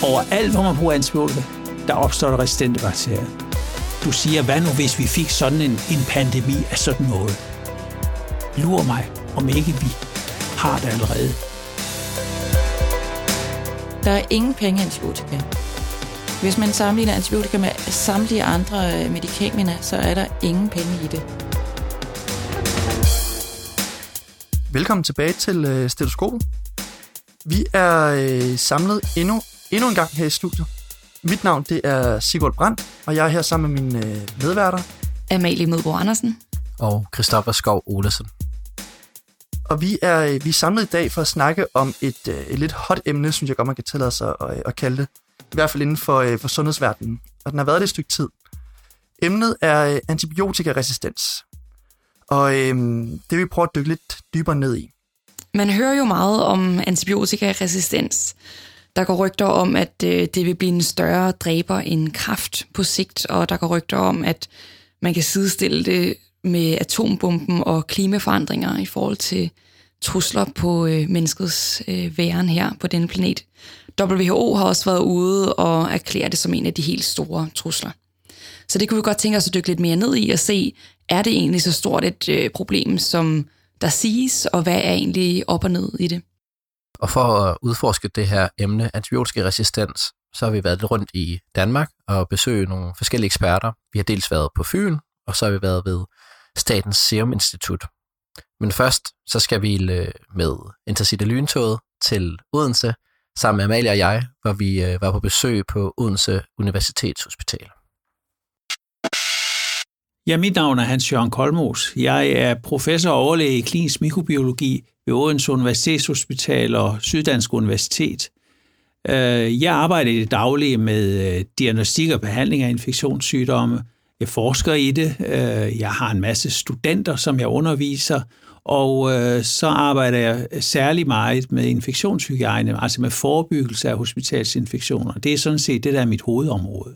overalt, hvor man bruger antibiotika, der opstår der resistente bakterier. Du siger, hvad nu hvis vi fik sådan en pandemi af sådan noget? Lur mig, om ikke vi har det allerede. Der er ingen penge i antibiotika. Hvis man sammenligner antibiotika med samtlige andre medikamenter, så er der ingen penge i det. Velkommen tilbage til Stetoskopet. Vi er samlet endnu en gang her i studiet. Mit navn det er Sigurd Brandt, og jeg er her sammen med mine medværter. Amalie Mødbo Andersen. Og Christoffer Skov Olesen. Og vi er samlet i dag for at snakke om et lidt hot emne, synes jeg godt, man kan tillade sig at kalde det. I hvert fald inden for sundhedsverdenen. Og den har været det et stykke tid. Emnet er antibiotikaresistens. Og det vil vi prøve at dykke lidt dybere ned i. Man hører jo meget om antibiotikaresistens. Der går rygter om, at det vil blive en større dræber end kræft på sigt, og der går rygter om, at man kan sidestille det med atombomben og klimaforandringer i forhold til trusler på menneskets væren her på denne planet. WHO har også været ude og erklæret det som en af de helt store trusler. Så det kunne vi godt tænke os at dykke lidt mere ned i og se, er det egentlig så stort et problem, som der siges, og hvad er egentlig op og ned i det? Og for at udforske det her emne, antibiotikaresistens, så har vi været lidt rundt i Danmark og besøgt nogle forskellige eksperter. Vi har dels været på Fyn, og så har vi været ved Statens Serum Institut. Men først, så skal vi med Intercity Lyntoget til Odense, sammen med Amalie og jeg, hvor vi var på besøg på Odense Universitetshospital. Ja, mit navn er Hans-Jørgen Kolmos. Jeg er professor og overlæge i klinisk mikrobiologi ved Odense Universitetshospital og Syddansk Universitet. Jeg arbejder i det daglige med diagnostik og behandling af infektionssygdomme. Jeg forsker i det. Jeg har en masse studenter, som jeg underviser, og så arbejder jeg særlig meget med infektionshygiejne, altså med forebyggelse af hospitalsinfektioner. Det er sådan set det, der er mit hovedområde.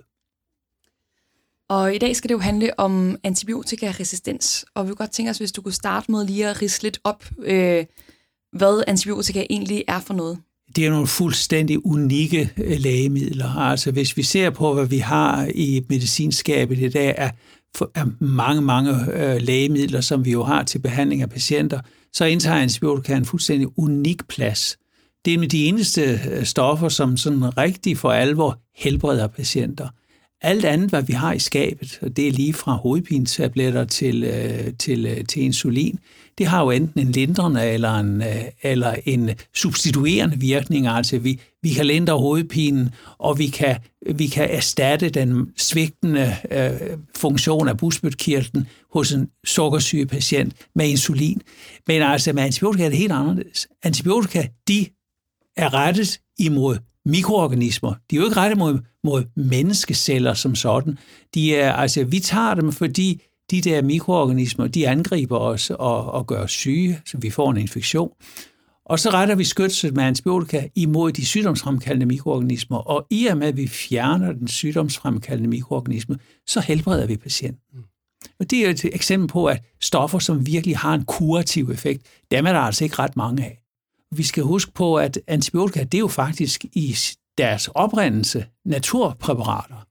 Og i dag skal det jo handle om antibiotikaresistens, og vi kunne godt tænke os, hvis du kunne starte med lige at ridse lidt op, hvad antibiotika egentlig er for noget. Det er nogle fuldstændig unikke lægemidler. Altså hvis vi ser på, hvad vi har i medicinskabet i dag, er mange lægemidler, som vi jo har til behandling af patienter, så indtager antibiotika en fuldstændig unik plads. Det er de eneste stoffer, som sådan rigtig for alvor helbreder patienter. Alt andet, hvad vi har i skabet, og det er lige fra hovedpinetabletter til insulin, det har jo enten en lindrende eller en substituerende virkning. Altså vi kan lindre hovedpinen, og vi kan erstatte den svigtende funktion af bugspytkirtlen hos en sukkersyg patient med insulin. Men altså med antibiotika er det helt anderledes. Antibiotika, de er rettet imod mikroorganismer. De er jo ikke rettet mod menneskeceller som sådan. Vi tager dem, fordi de der mikroorganismer, de angriber os og gør os syge, så vi får en infektion. Og så retter vi skytset med antibiotika imod de sygdomsfremkaldende mikroorganismer, og i og med, at vi fjerner den sygdomsfremkaldende mikroorganisme, så helbreder vi patienten. Og det er et eksempel på, at stoffer, som virkelig har en kurativ effekt, dem er der altså ikke ret mange af. Vi skal huske på, at antibiotika, det er jo faktisk i deres oprindelse naturpræparater.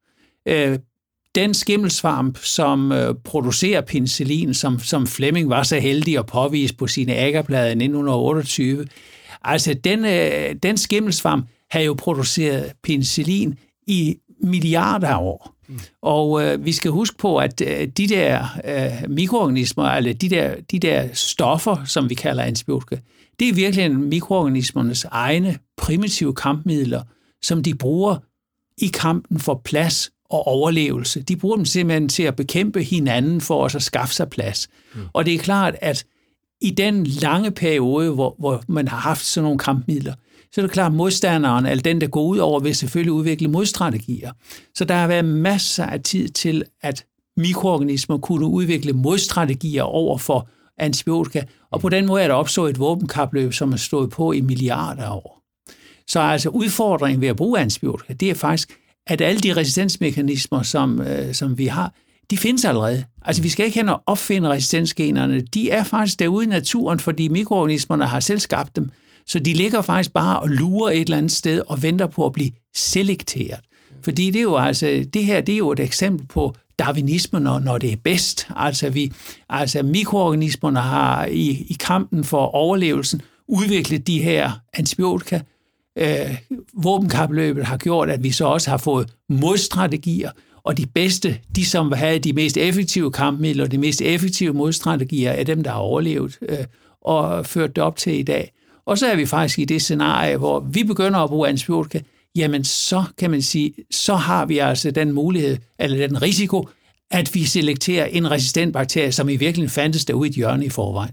Den skimmelsvamp, som producerer penicillin, som Fleming var så heldig at påvise på sine agerblade i 1928, altså den skimmelsvamp har jo produceret penicillin i milliarder af år. Og vi skal huske på, at de der mikroorganismer, eller de der stoffer, som vi kalder antibiotika, det er virkelig mikroorganismernes egne primitive kampmidler, som de bruger i kampen for plads og overlevelse. De bruger dem simpelthen til at bekæmpe hinanden for at skaffe sig plads. Og det er klart, at i den lange periode, hvor man har haft sådan nogle kampmidler, så er det klart, at modstanderen, eller den, der går ud over, vil selvfølgelig udvikle modstrategier. Så der har været masser af tid til, at mikroorganismer kunne udvikle modstrategier over for antibiotika, og på den måde er der opstået et våbenkapløb, som er stået på i milliarder af år. Så altså udfordringen ved at bruge antibiotika, det er faktisk, at alle de resistensmekanismer, som vi har, de findes allerede. Altså vi skal ikke hen og opfinde resistensgenerne. De er faktisk derude i naturen, fordi mikroorganismerne har selv skabt dem. Så de ligger faktisk bare og lurer et eller andet sted og venter på at blive selekteret. Fordi det er jo altså, det her det er jo et eksempel på darwinismen, når det er bedst. Altså mikroorganismerne har i kampen for overlevelsen udviklet de her antibiotika. Våbenkapløbet har gjort, at vi så også har fået modstrategier, og de bedste, de som havde de mest effektive kampmidler, de mest effektive modstrategier, er dem, der har overlevet og ført det op til i dag. Og så er vi faktisk i det scenarie, hvor vi begynder at bruge antibiotika, jamen så kan man sige, så har vi altså den mulighed, eller den risiko, at vi selekterer en resistent bakterie, som i virkeligheden fandtes derude i et hjørne i forvejen.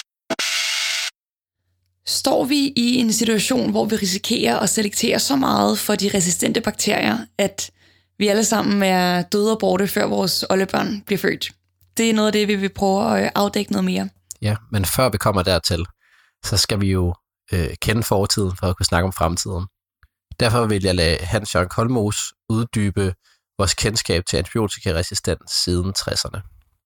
Står vi i en situation, hvor vi risikerer at selektere så meget for de resistente bakterier, at vi alle sammen er døde og borte, før vores oldebørn bliver født? Det er noget af det, vi vil prøve at afdække noget mere. Ja, men før vi kommer dertil, så skal vi jo kende fortiden for at kunne snakke om fremtiden. Derfor vil jeg lade Hans-Jørgen Kolmos uddybe vores kendskab til antibiotikaresistens siden 60'erne.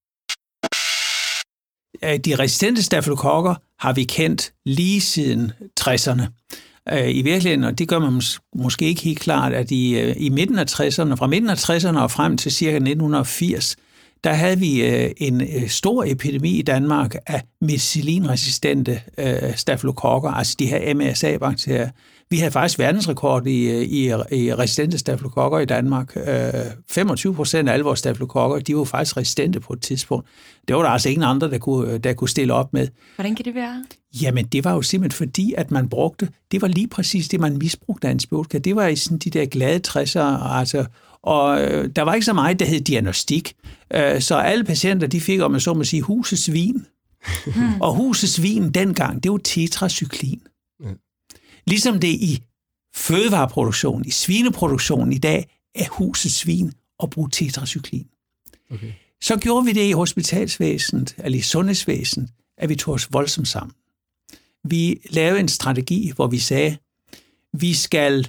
De resistente stafylokokker har vi kendt lige siden 60'erne. I virkeligheden, og det gør man måske ikke helt klart, at i midten af 60'erne, fra midten af 60'erne og frem til ca. 1980, der havde vi en stor epidemi i Danmark af methicillinresistente stafylokokker, altså de her MRSA-bakterier. Vi havde faktisk verdensrekord i resistente stafylokokker i Danmark. 25% af alle vores stafylokokker, de var faktisk resistente på et tidspunkt. Det var der altså ingen andre, der kunne stille op med. Hvordan kan det være? Jamen, det var jo simpelthen fordi, at man brugte, det var lige præcis det, man misbrugte af antibiotika. Det var i sådan de der glade 60'ere, altså, og der var ikke så meget, der hed diagnostik. Så alle patienter, de fik, om man så må sige, husets vin. Og husets vin dengang, det var tetracyklin. Ligesom det i fødevareproduktionen, i svineproduktionen i dag, er husets svin at bruge tetracyklin. Okay. Så gjorde vi det i hospitalsvæsenet, eller i sundhedsvæsenet, at vi tog os voldsomt sammen. Vi lavede en strategi, hvor vi sagde, vi skal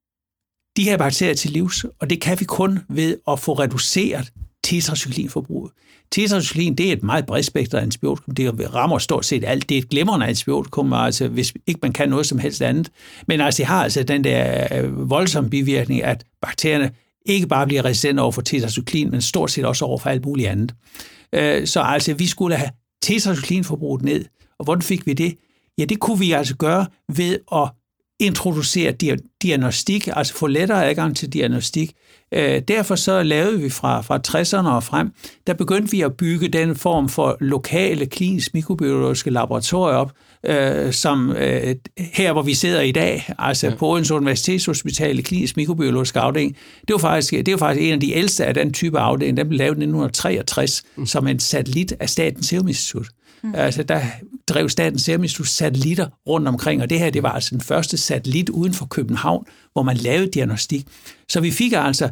de her bakterier til livs, og det kan vi kun ved at få reduceret tetracyklinforbruget. Tetracyklin, det er et meget bredspektret antibiotikum. Det rammer stort set alt. Det er et glimrende antibiotikum, altså hvis ikke man kan noget som helst andet. Men altså, det har altså den der voldsomme bivirkning, at bakterierne ikke bare bliver resistente over for tetracyklin, men stort set også over for alt muligt andet. Så altså, vi skulle have tetracyklinforbruget ned. Og hvordan fik vi det? Ja, det kunne vi altså gøre ved at introducere diagnostik, altså få lettere adgang til diagnostik. Derfor så lavede vi fra 60'erne og frem, der begyndte vi at bygge den form for lokale klinisk mikrobiologiske laboratorier op, som her, hvor vi sidder i dag, altså på Odense Universitetshospital i klinisk mikrobiologisk afdeling. Det var faktisk en af de ældste af den type afdeling. Den blev lavet i 1963 som en satellit af Statens Serum Institut. Altså, der drev Statens Serum Institut satellitter rundt omkring, og det her, det var altså den første satellit uden for København, hvor man lavede diagnostik. Så vi fik altså,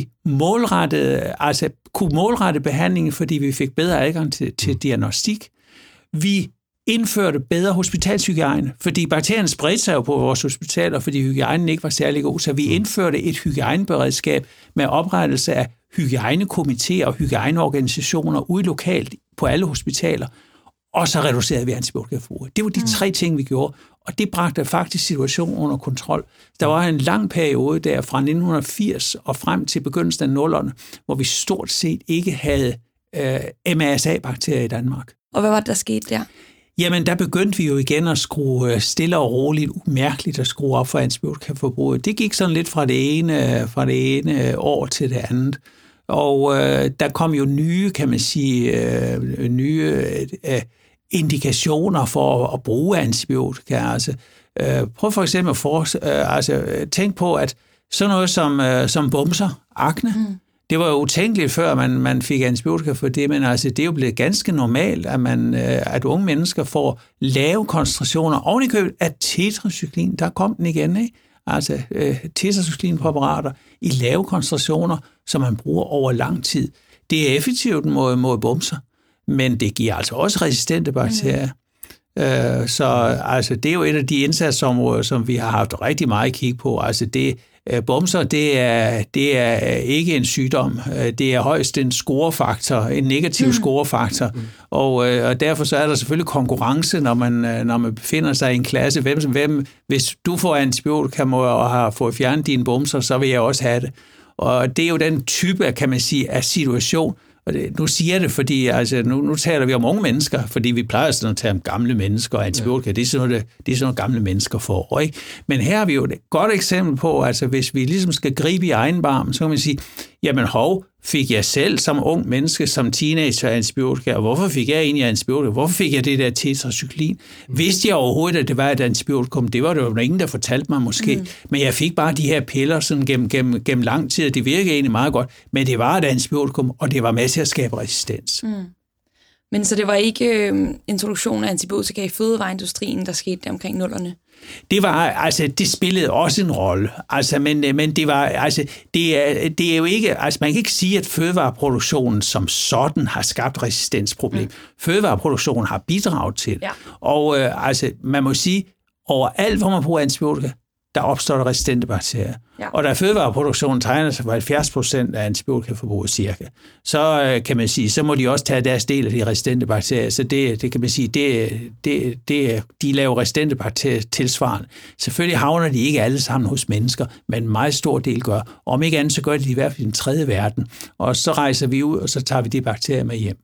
kunne målrette behandlingen, fordi vi fik bedre adgang til diagnostik. Vi indførte bedre hospitalshygiejne, fordi bakterien spredte sig jo på vores hospitaler, fordi hygiejnen ikke var særlig god, så vi indførte et hygiejneberedskab med oprettelse af hygiejnekomitéer og hygiejneorganisationer ude lokalt på alle hospitaler, og så reducerede vi antibiotikaforbruget. Det var de tre ting, vi gjorde, og det bragte faktisk situationen under kontrol. Der var en lang periode der fra 1980 og frem til begyndelsen af 00'erne, hvor vi stort set ikke havde MRSA-bakterier i Danmark. Og hvad var det, der skete der? Jamen, der begyndte vi jo igen at skrue stille og roligt, umærkeligt at skrue op for antibiotikaforbruget. Det gik sådan lidt fra det ene år til det andet. Og der kom jo nye, kan man sige, indikationer for at bruge antibiotika. Altså, prøv for eksempel at tænk på, at sådan noget som bumser, akne, det var jo utænkeligt før, man fik antibiotika for det, men altså, det er jo blevet ganske normalt, at unge mennesker får lave koncentrationer ovenikøbet af tetracyklin. Der kom den igen, ikke? Altså tetracyklinpræparater i lave koncentrationer, som man bruger over lang tid. Det er effektivt mod bumser, men det giver altså også resistente bakterier. Så altså, det er jo et af de indsatsområder, som vi har haft rigtig meget kig på. Altså bumser, det er ikke en sygdom. Det er højst en scorefaktor, en negativ scorefaktor. Og derfor så er der selvfølgelig konkurrence, når man befinder sig i en klasse. Hvis du får antibiotika og har fået fjernet dine bumser, så vil jeg også have det. Og det er jo den type, kan man sige, af situation. Og nu siger jeg det, fordi altså, nu taler vi om unge mennesker, fordi vi plejer sådan at tale om gamle mennesker, og antibiotika, det er sådan noget, gamle mennesker får. Ikke? Men her har vi jo et godt eksempel på, altså hvis vi ligesom skal gribe i egen barm, så kan man sige, jamen fik jeg selv som ung menneske, som teenager antibiotika, og hvorfor fik jeg egentlig antibiotika? Hvorfor fik jeg det der tetracyklin? Vidste jeg overhovedet, at det var et antibiotikum? Det var der jo ingen, der fortalte mig måske. Men jeg fik bare de her piller sådan gennem lang tid, og det virkede egentlig meget godt. Men det var et antibiotikum, og det var med til at skabe resistens. Men så det var ikke introduktion af antibiotika i fødevareindustrien, der skete omkring 00'erne? Det spillede også en rolle. Altså, men det var, altså, det er jo ikke, altså man kan ikke sige, at fødevareproduktionen som sådan har skabt resistensproblem. Fødevareproduktionen har bidraget til det. Ja. Og man må sige, overalt, hvor man bruger antibiotika, der opstår der resistente bakterier. Ja. Og da fødevareproduktionen tegner sig for 70% af antibiotikaforbruget cirka, så kan man sige, så må de også tage deres del af de resistente bakterier. Så det kan man sige, de laver resistente bakterier tilsvarende. Selvfølgelig havner de ikke alle sammen hos mennesker, men en meget stor del gør. Om ikke andet, så gør de det i hvert fald i den tredje verden. Og så rejser vi ud, og så tager vi de bakterier med hjem.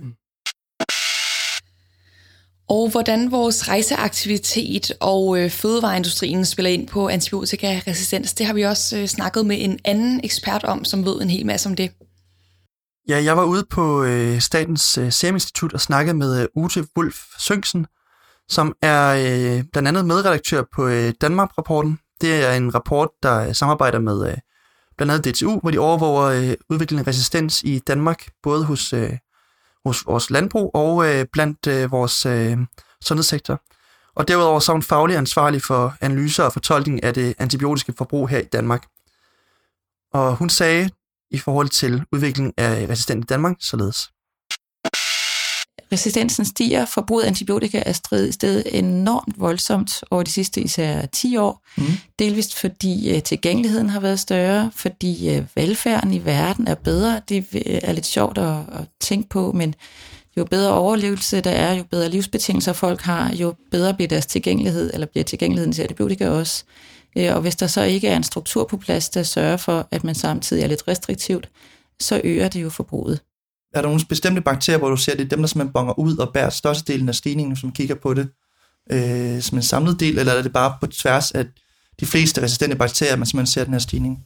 Og hvordan vores rejseaktivitet og fødevareindustrien spiller ind på antibiotikaresistens, det har vi også snakket med en anden ekspert om, som ved en hel masse om det. Ja, jeg var ude på Statens Serum Institut og snakkede med Ute Wulf Sønksen, som er blandt andet medredaktør på Danmark-rapporten. Det er en rapport, der samarbejder med blandt andet DTU, hvor de overvåger udviklingen af resistens i Danmark, både hos vores landbrug og blandt vores sundhedssektor. Og derudover så er hun faglig ansvarlig for analyser og fortolkning af det antibiotiske forbrug her i Danmark. Og hun sagde i forhold til udviklingen af resistens i Danmark således. Resistensen stiger, forbruget af antibiotika er steget enormt voldsomt over de sidste især 10 år. Delvist fordi tilgængeligheden har været større, fordi velfærden i verden er bedre. Det er lidt sjovt at tænke på, men jo bedre overlevelse der er, jo bedre livsbetingelser folk har, jo bedre bliver deres tilgængelighed, eller bliver tilgængeligheden til antibiotika også. Og hvis der så ikke er en struktur på plads, der sørger for, at man samtidig er lidt restriktivt, så øger det jo forbruget. Er der nogle bestemte bakterier, hvor du ser, det er dem, der simpelthen bonger ud og bærer størstedelen af stigningen, som kigger på det som en samlet del, eller er det bare på tværs af de fleste resistente bakterier, man simpelthen ser den her stigning?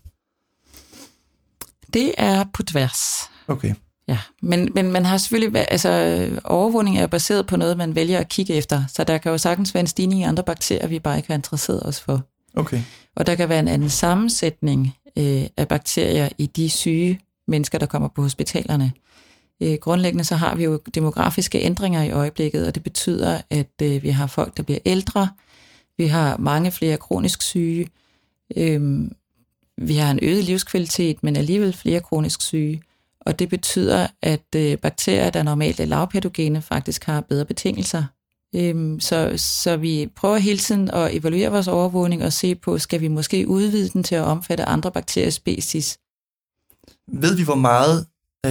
Det er på tværs. Okay. Ja, men man har selvfølgelig, overvågning er baseret på noget, man vælger at kigge efter, så der kan jo sagtens være en stigning i andre bakterier, vi bare ikke har interesseret os for. Okay. Og der kan være en anden sammensætning af bakterier i de syge mennesker, der kommer på hospitalerne. Grundlæggende så har vi jo demografiske ændringer i øjeblikket, og det betyder, at vi har folk, der bliver ældre, vi har mange flere kronisk syge, vi har en øget livskvalitet, men alligevel flere kronisk syge, og det betyder, at bakterier, der normalt er lavpatogene, faktisk har bedre betingelser. Så vi prøver hele tiden at evaluere vores overvågning og se på, skal vi måske udvide den til at omfatte andre bakteriespecies. Ved vi, hvor meget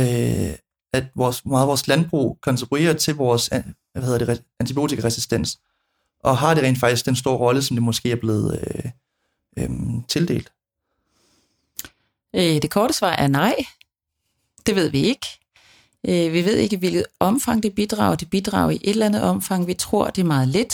vores landbrug kontribuerer til vores antibiotikaresistens, og har det rent faktisk den store rolle, som det måske er blevet tildelt? Det korte svar er nej. Det ved vi ikke. Vi ved ikke, hvilket omfang det bidrager. Det bidrager i et eller andet omfang. Vi tror, det er meget lidt.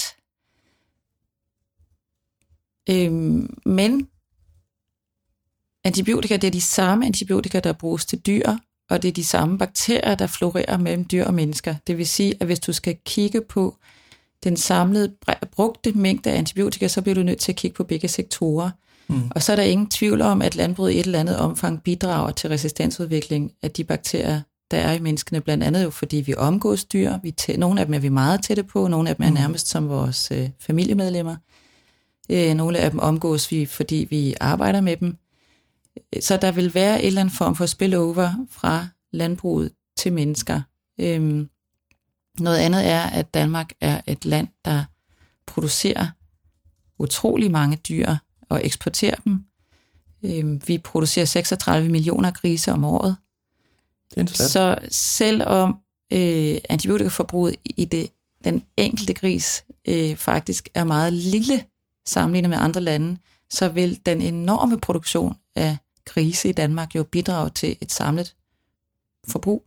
Men antibiotika, det er de samme antibiotika, der bruges til dyr, og det er de samme bakterier, der florerer mellem dyr og mennesker. Det vil sige, at hvis du skal kigge på den samlede brugte mængde af antibiotika, så bliver du nødt til at kigge på begge sektorer. Og så er der ingen tvivl om, at landbruget i et eller andet omfang bidrager til resistensudvikling af de bakterier, der er i menneskene, blandt andet jo fordi vi omgås dyr. Nogle af dem er vi meget tætte på, nogle af dem er nærmest som vores familiemedlemmer. Nogle af dem omgås vi, fordi vi arbejder med dem. Så der vil være en eller anden form for spillover fra landbruget til mennesker. Noget andet er, at Danmark er et land, der producerer utrolig mange dyr og eksporterer dem. Vi producerer 36 millioner grise om året. Så selvom antibiotikaforbruget i den enkelte gris faktisk er meget lille sammenlignet med andre lande, så vil den enorme produktion af grise i Danmark jo bidrage til et samlet forbrug.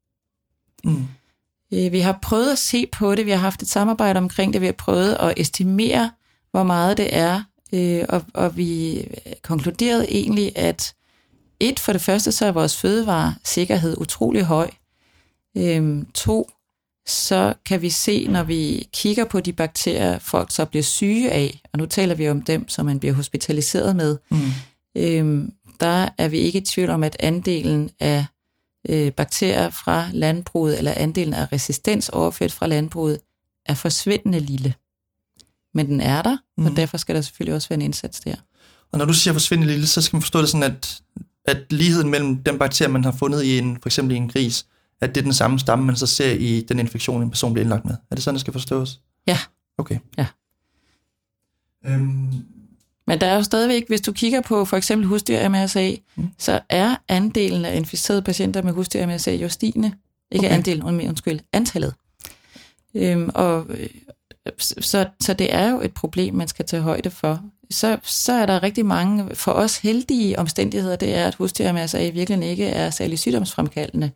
Vi har prøvet at se på det, vi har haft et samarbejde omkring det, vi har prøvet at estimere, hvor meget det er, og vi konkluderede egentlig, at for det første, så er vores fødevaresikkerhed utrolig høj. 2, så kan vi se, når vi kigger på de bakterier, folk så bliver syge af, og nu taler vi om dem, som man bliver hospitaliseret med, der er vi ikke i tvivl om, at andelen af bakterier fra landbruget, eller andelen af resistens overført fra landbruget, er forsvindende lille. Men den er der, og derfor skal der selvfølgelig også være en indsats der. Og når du siger forsvindende lille, så skal man forstå det sådan, at ligheden mellem den bakterie, man har fundet i for eksempel i en gris, at det er den samme stamme, man så ser i den infektion, en person bliver indlagt med. Er det sådan, det skal forstås? Ja. Okay. Ja. Men der er jo stadigvæk, hvis du kigger på for eksempel husdyr-MRSA, så er andelen af inficerede patienter med husdyr-MRSA jo stigende. Ikke andelen, antallet. Så det er jo et problem, man skal tage højde for. Så er der rigtig mange, for os heldige omstændigheder, det er, at husdyr-MRSA i virkeligheden ikke er særlig sygdomsfremkaldende.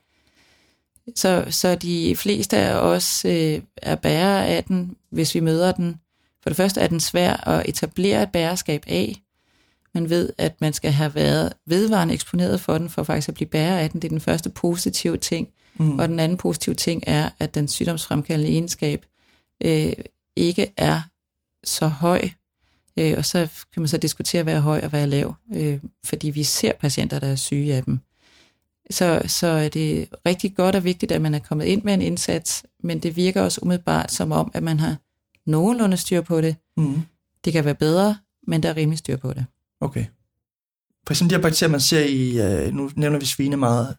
Så de fleste af os er bærere af den, hvis vi møder den. For det første er den svær at etablere et bærerskab af. Man ved, at man skal have været vedvarende eksponeret for den, for faktisk at blive bærer af den. Det er den første positive ting. Og den anden positive ting er, at den sygdomsfremkaldende egenskab ikke er så høj. Og så kan man så diskutere, hvad er høj og hvad er lav. Fordi vi ser patienter, der er syge af dem. Så er det rigtig godt og vigtigt, at man er kommet ind med en indsats, men det virker også umiddelbart som om, at man har nogenlunde styr på det. Det kan være bedre, men der er rimelig styr på det. Okay. For eksempel de her bakterier, man ser i, nu nævner vi svin meget,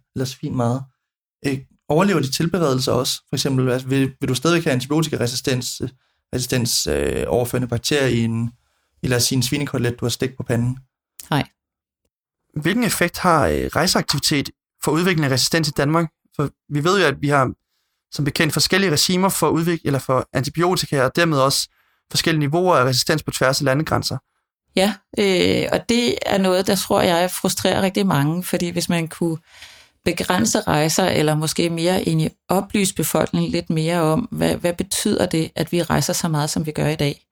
overlever de tilberedelse også? For eksempel, altså, vil du stadigvæk have antibiotikaresistens overførende bakterier i lad os sige en svinekotelet, du har stegt på panden? Nej. Hvilken effekt har rejseaktivitet for udvikling af resistens i Danmark? For vi ved jo, at vi har som bekendt forskellige regimer for antibiotika, og dermed også forskellige niveauer af resistens på tværs af landegrænser. Ja, og det er noget, der tror jeg frustrerer rigtig mange, fordi hvis man kunne begrænse rejser, eller måske mere egentlig oplyse befolkningen lidt mere om, hvad betyder det, at vi rejser så meget, som vi gør i dag,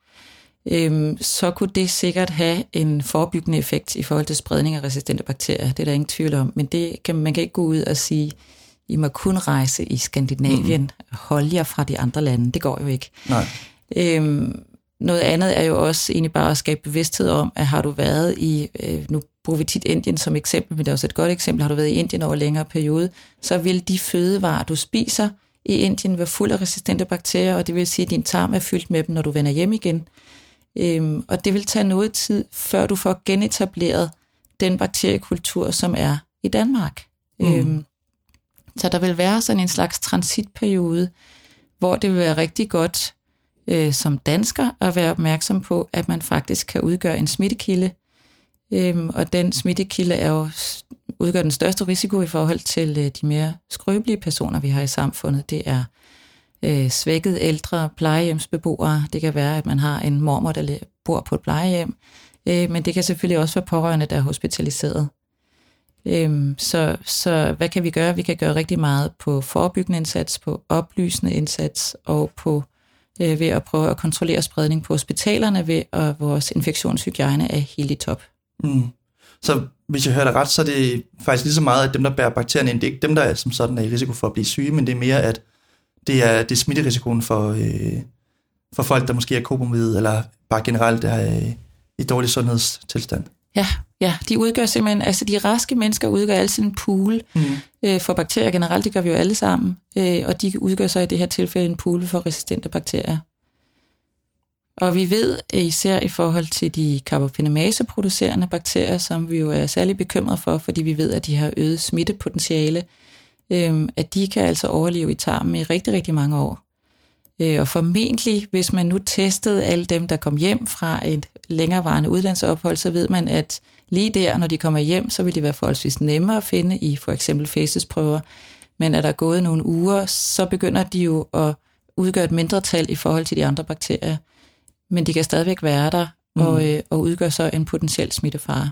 så kunne det sikkert have en forebyggende effekt i forhold til spredning af resistente bakterier. Det er der ingen tvivl om, men man kan ikke gå ud og sige, I må kun rejse i Skandinavien, hold jer fra de andre lande. Det går jo ikke. Nej. Noget andet er jo også egentlig bare at skabe bevidsthed om, at har du været i, nu bruger vi tit Indien som eksempel, men det er også et godt eksempel, har du været i Indien over længere periode, så vil de fødevarer, du spiser i Indien, være fuld af resistente bakterier, og det vil sige, at din tarm er fyldt med dem, når du vender hjem igen. Og det vil tage noget tid, før du får genetableret den bakteriekultur, som er i Danmark. Så der vil være sådan en slags transitperiode, hvor det vil være rigtig godt som dansker at være opmærksom på, at man faktisk kan udgøre en smittekilde. Og den smittekilde udgør den største risiko i forhold til de mere skrøbelige personer, vi har i samfundet. Det er svækkede ældre plejehjemsbeboere. Det kan være, at man har en mormor, der bor på et plejehjem. Men det kan selvfølgelig også være pårørende, der er hospitaliseret. Så hvad kan vi gøre? Vi kan gøre rigtig meget på forebyggende indsats, på oplysende indsats og på ved at prøve at kontrollere spredning på hospitalerne, ved at vores infektionshygiejne er helt i top. Så hvis jeg hører dig ret, så er det faktisk lige så meget, at dem, der bærer bakterierne ind, det er ikke dem, der er som sådan er i risiko for at blive syge, men det er mere, at det er smitterisikoen for folk, der måske er komorbide, eller bare generelt er i dårlig sundhedstilstand. Ja, de udgør simpelthen, altså de raske mennesker udgør altid en pool for bakterier generelt, det gør vi jo alle sammen, og de udgør så i det her tilfælde en pool for resistente bakterier. Og vi ved, især i forhold til de carbapenemase-producerende bakterier, som vi jo er særlig bekymret for, fordi vi ved, at de har øget smittepotentiale, at de kan altså overleve i tarmen i rigtig, rigtig mange år. Og formentlig, hvis man nu testede alle dem, der kom hjem fra et længerevarende udlandsophold, så ved man, at lige der, når de kommer hjem, så vil de være forholdsvis nemmere at finde i for eksempel facesprøver. Men er der gået nogle uger, så begynder de jo at udgøre et mindretal i forhold til de andre bakterier. Men de kan stadigvæk være der og udgør så en potentiel smittefare.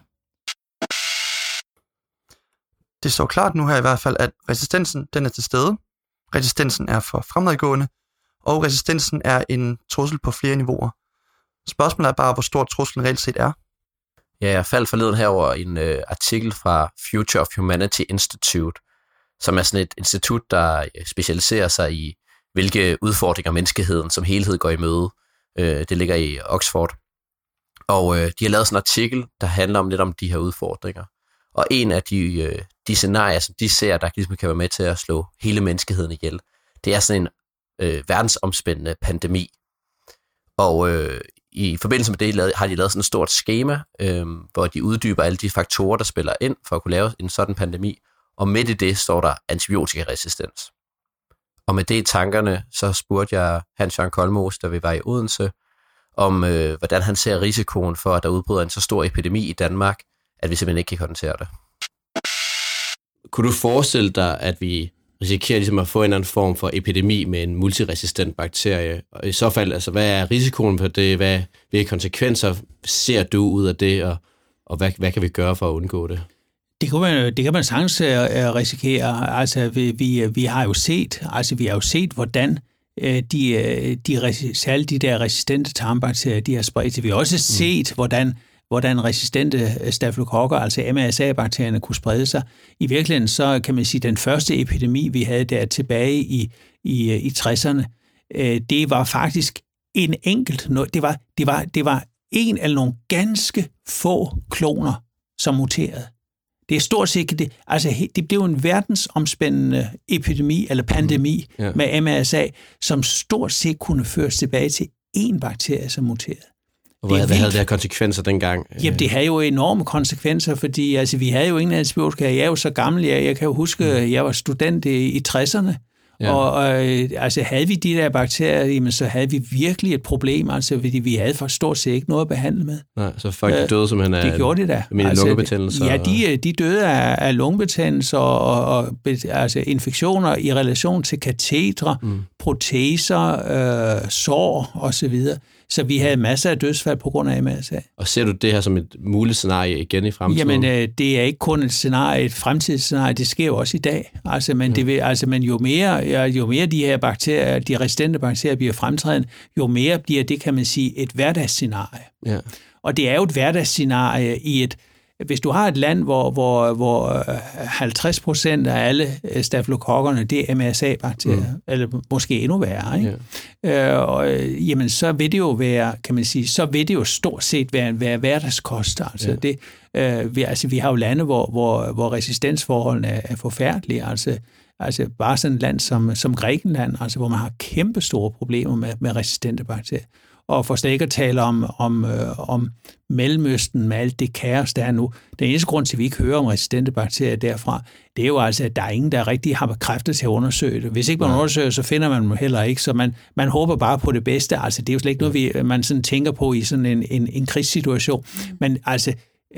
Det står klart nu her i hvert fald, at resistensen den er til stede. Resistensen er for fremadgående, og resistensen er en trussel på flere niveauer. Spørgsmålet er bare, hvor stor truslen reelt set er. Ja, jeg faldt forleden her over en artikel fra Future of Humanity Institute, som er sådan et institut, der specialiserer sig i, hvilke udfordringer menneskeheden som helhed går i møde. Det ligger i Oxford. Og de har lavet sådan en artikel, der handler om lidt om de her udfordringer. Og en af de scenarier, som de ser, der ligesom kan være med til at slå hele menneskeheden ihjel, det er sådan en verdensomspændende pandemi. Og i forbindelse med det har de lavet sådan et stort skema, hvor de uddyber alle de faktorer, der spiller ind for at kunne lave en sådan pandemi. Og midt i det står der antibiotikaresistens. Og med det i tankerne, så spurgte jeg Hans Jørgen Kolmos, da vi var i Odense, om hvordan han ser risikoen for, at der udbryder en så stor epidemi i Danmark, at vi simpelthen ikke kan håndtere det. Kunne du forestille dig, at vi risikerer ligesom at få en eller anden form for epidemi med en multiresistent bakterie? Og i så fald, altså, hvad er risikoen for det? Hvilke konsekvenser ser du ud af det, og hvad kan vi gøre for at undgå det? Det kan man sagtens risikere. Altså, vi har jo set, hvordan særligt de der resistente tarmbakterier, de har spredt sig. Vi har også set, hvordan resistente stafylokokker, altså MRSA-bakterierne, kunne sprede sig. I virkeligheden så kan man sige, at den første epidemi, vi havde der tilbage i 60'erne, det var faktisk en enkelt, det var en eller nogle ganske få kloner, som muterede. Det er stort set det. Altså, det blev en verdensomspændende epidemi eller pandemi med MRSA, som stort set kunne føres tilbage til én bakterie, som muterede. Og hvad havde det her konsekvenser dengang? Jamen, det havde jo enorme konsekvenser, fordi altså, vi havde jo ingen antibiotika. Jeg er jo så gammel, jeg kan jo huske, at jeg var student i 60'erne. Ja. Og altså, havde vi de der bakterier, jamen, så havde vi virkelig et problem, altså, fordi vi havde for stort set ikke noget at behandle med. Nej, så folk døde simpelthen af det gjorde de da. lungebetændelser? Ja, de døde af lungebetændelser og altså infektioner i relation til katetre, proteser, sår osv. Så vi havde masser af dødsfald på grund af MRSA. Og ser du det her som et muligt scenarie igen i fremtiden? Jamen, det er ikke kun et scenarie, et fremtidsscenarie, det sker jo også i dag. Altså, men jo mere de her bakterier, de resistente bakterier bliver fremtrædende, jo mere bliver det, kan man sige, et hverdagsscenarie. Ja. Og det er jo et hverdagsscenarie hvis du har et land, hvor 50% af alle stafylokokkerne, det er MRSA-bakterier, eller måske endnu værre, ikke? Jamen, så vil det jo være, kan man sige, så vil det jo stort set være hverdagskost. Altså, vi har jo lande, hvor resistensforholdene er forfærdelige. Altså bare sådan et land som Grækenland, altså, hvor man har kæmpe store problemer med resistente bakterier. Og for slet ikke at tale om Mellemøsten med alt det kaos, der er nu. Den eneste grund til, at vi ikke hører om resistente bakterier derfra, det er jo altså, at der er ingen, der rigtig har kræfter til at undersøge det. Hvis ikke man undersøger, så finder man dem heller ikke. Så man håber bare på det bedste. Altså, det er jo slet ikke noget, man sådan tænker på i sådan en krigssituation. Men altså,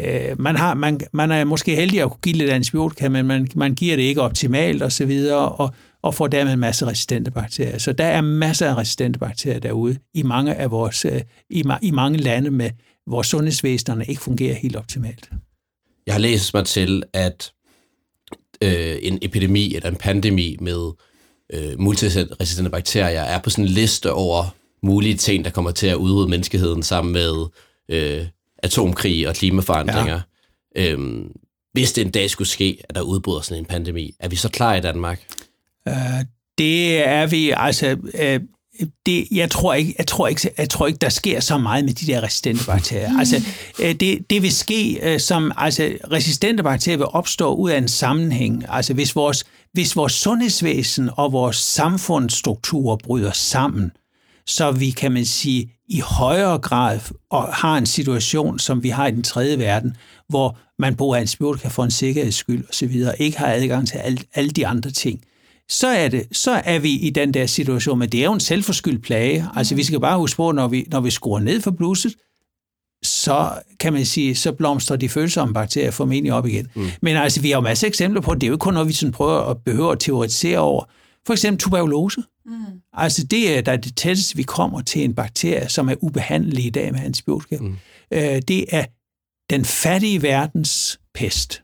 man er måske heldig at kunne give lidt antibiotika, men man giver det ikke optimalt og så videre, og får dermed en masse resistente bakterier. Så der er masser af resistente bakterier derude i mange af vores i mange lande, med hvor sundhedsvæsenerne ikke fungerer helt optimalt. Jeg har læst mig til, at en epidemi eller en pandemi med multiresistente bakterier er på sådan en liste over mulige ting, der kommer til at udrydde menneskeheden sammen med atomkrig og klimaforandringer. Ja. Hvis det en dag skulle ske, at der udbryder sådan en pandemi, er vi så klar i Danmark? Det er vi, altså... Jeg tror ikke, der sker så meget med de der resistente bakterier. Altså, det vil ske, resistente bakterier vil opstå ud af en sammenhæng. Altså, hvis vores sundhedsvæsen og vores samfundsstrukturer bryder sammen, så vi, kan man sige, i højere grad og har en situation, som vi har i den tredje verden, hvor man bruger antibiotika for en sikkerheds skyld osv., ikke har adgang til alle de andre ting, så er vi i den der situation, men det er jo en selvforskyldt plage. Altså, vi skal bare huske på, når vi skruer ned for blusset, så kan man sige, så blomstrer de følsomme bakterier formentlig op igen. Men altså, vi har jo masser af eksempler på, det er jo ikke kun noget, vi sådan behøver at teoretisere over. For eksempel tuberkulose. Altså, det er det tætteste, vi kommer til en bakterie, som er ubehandelig i dag med antibiotika. Det er den fattige verdens pest.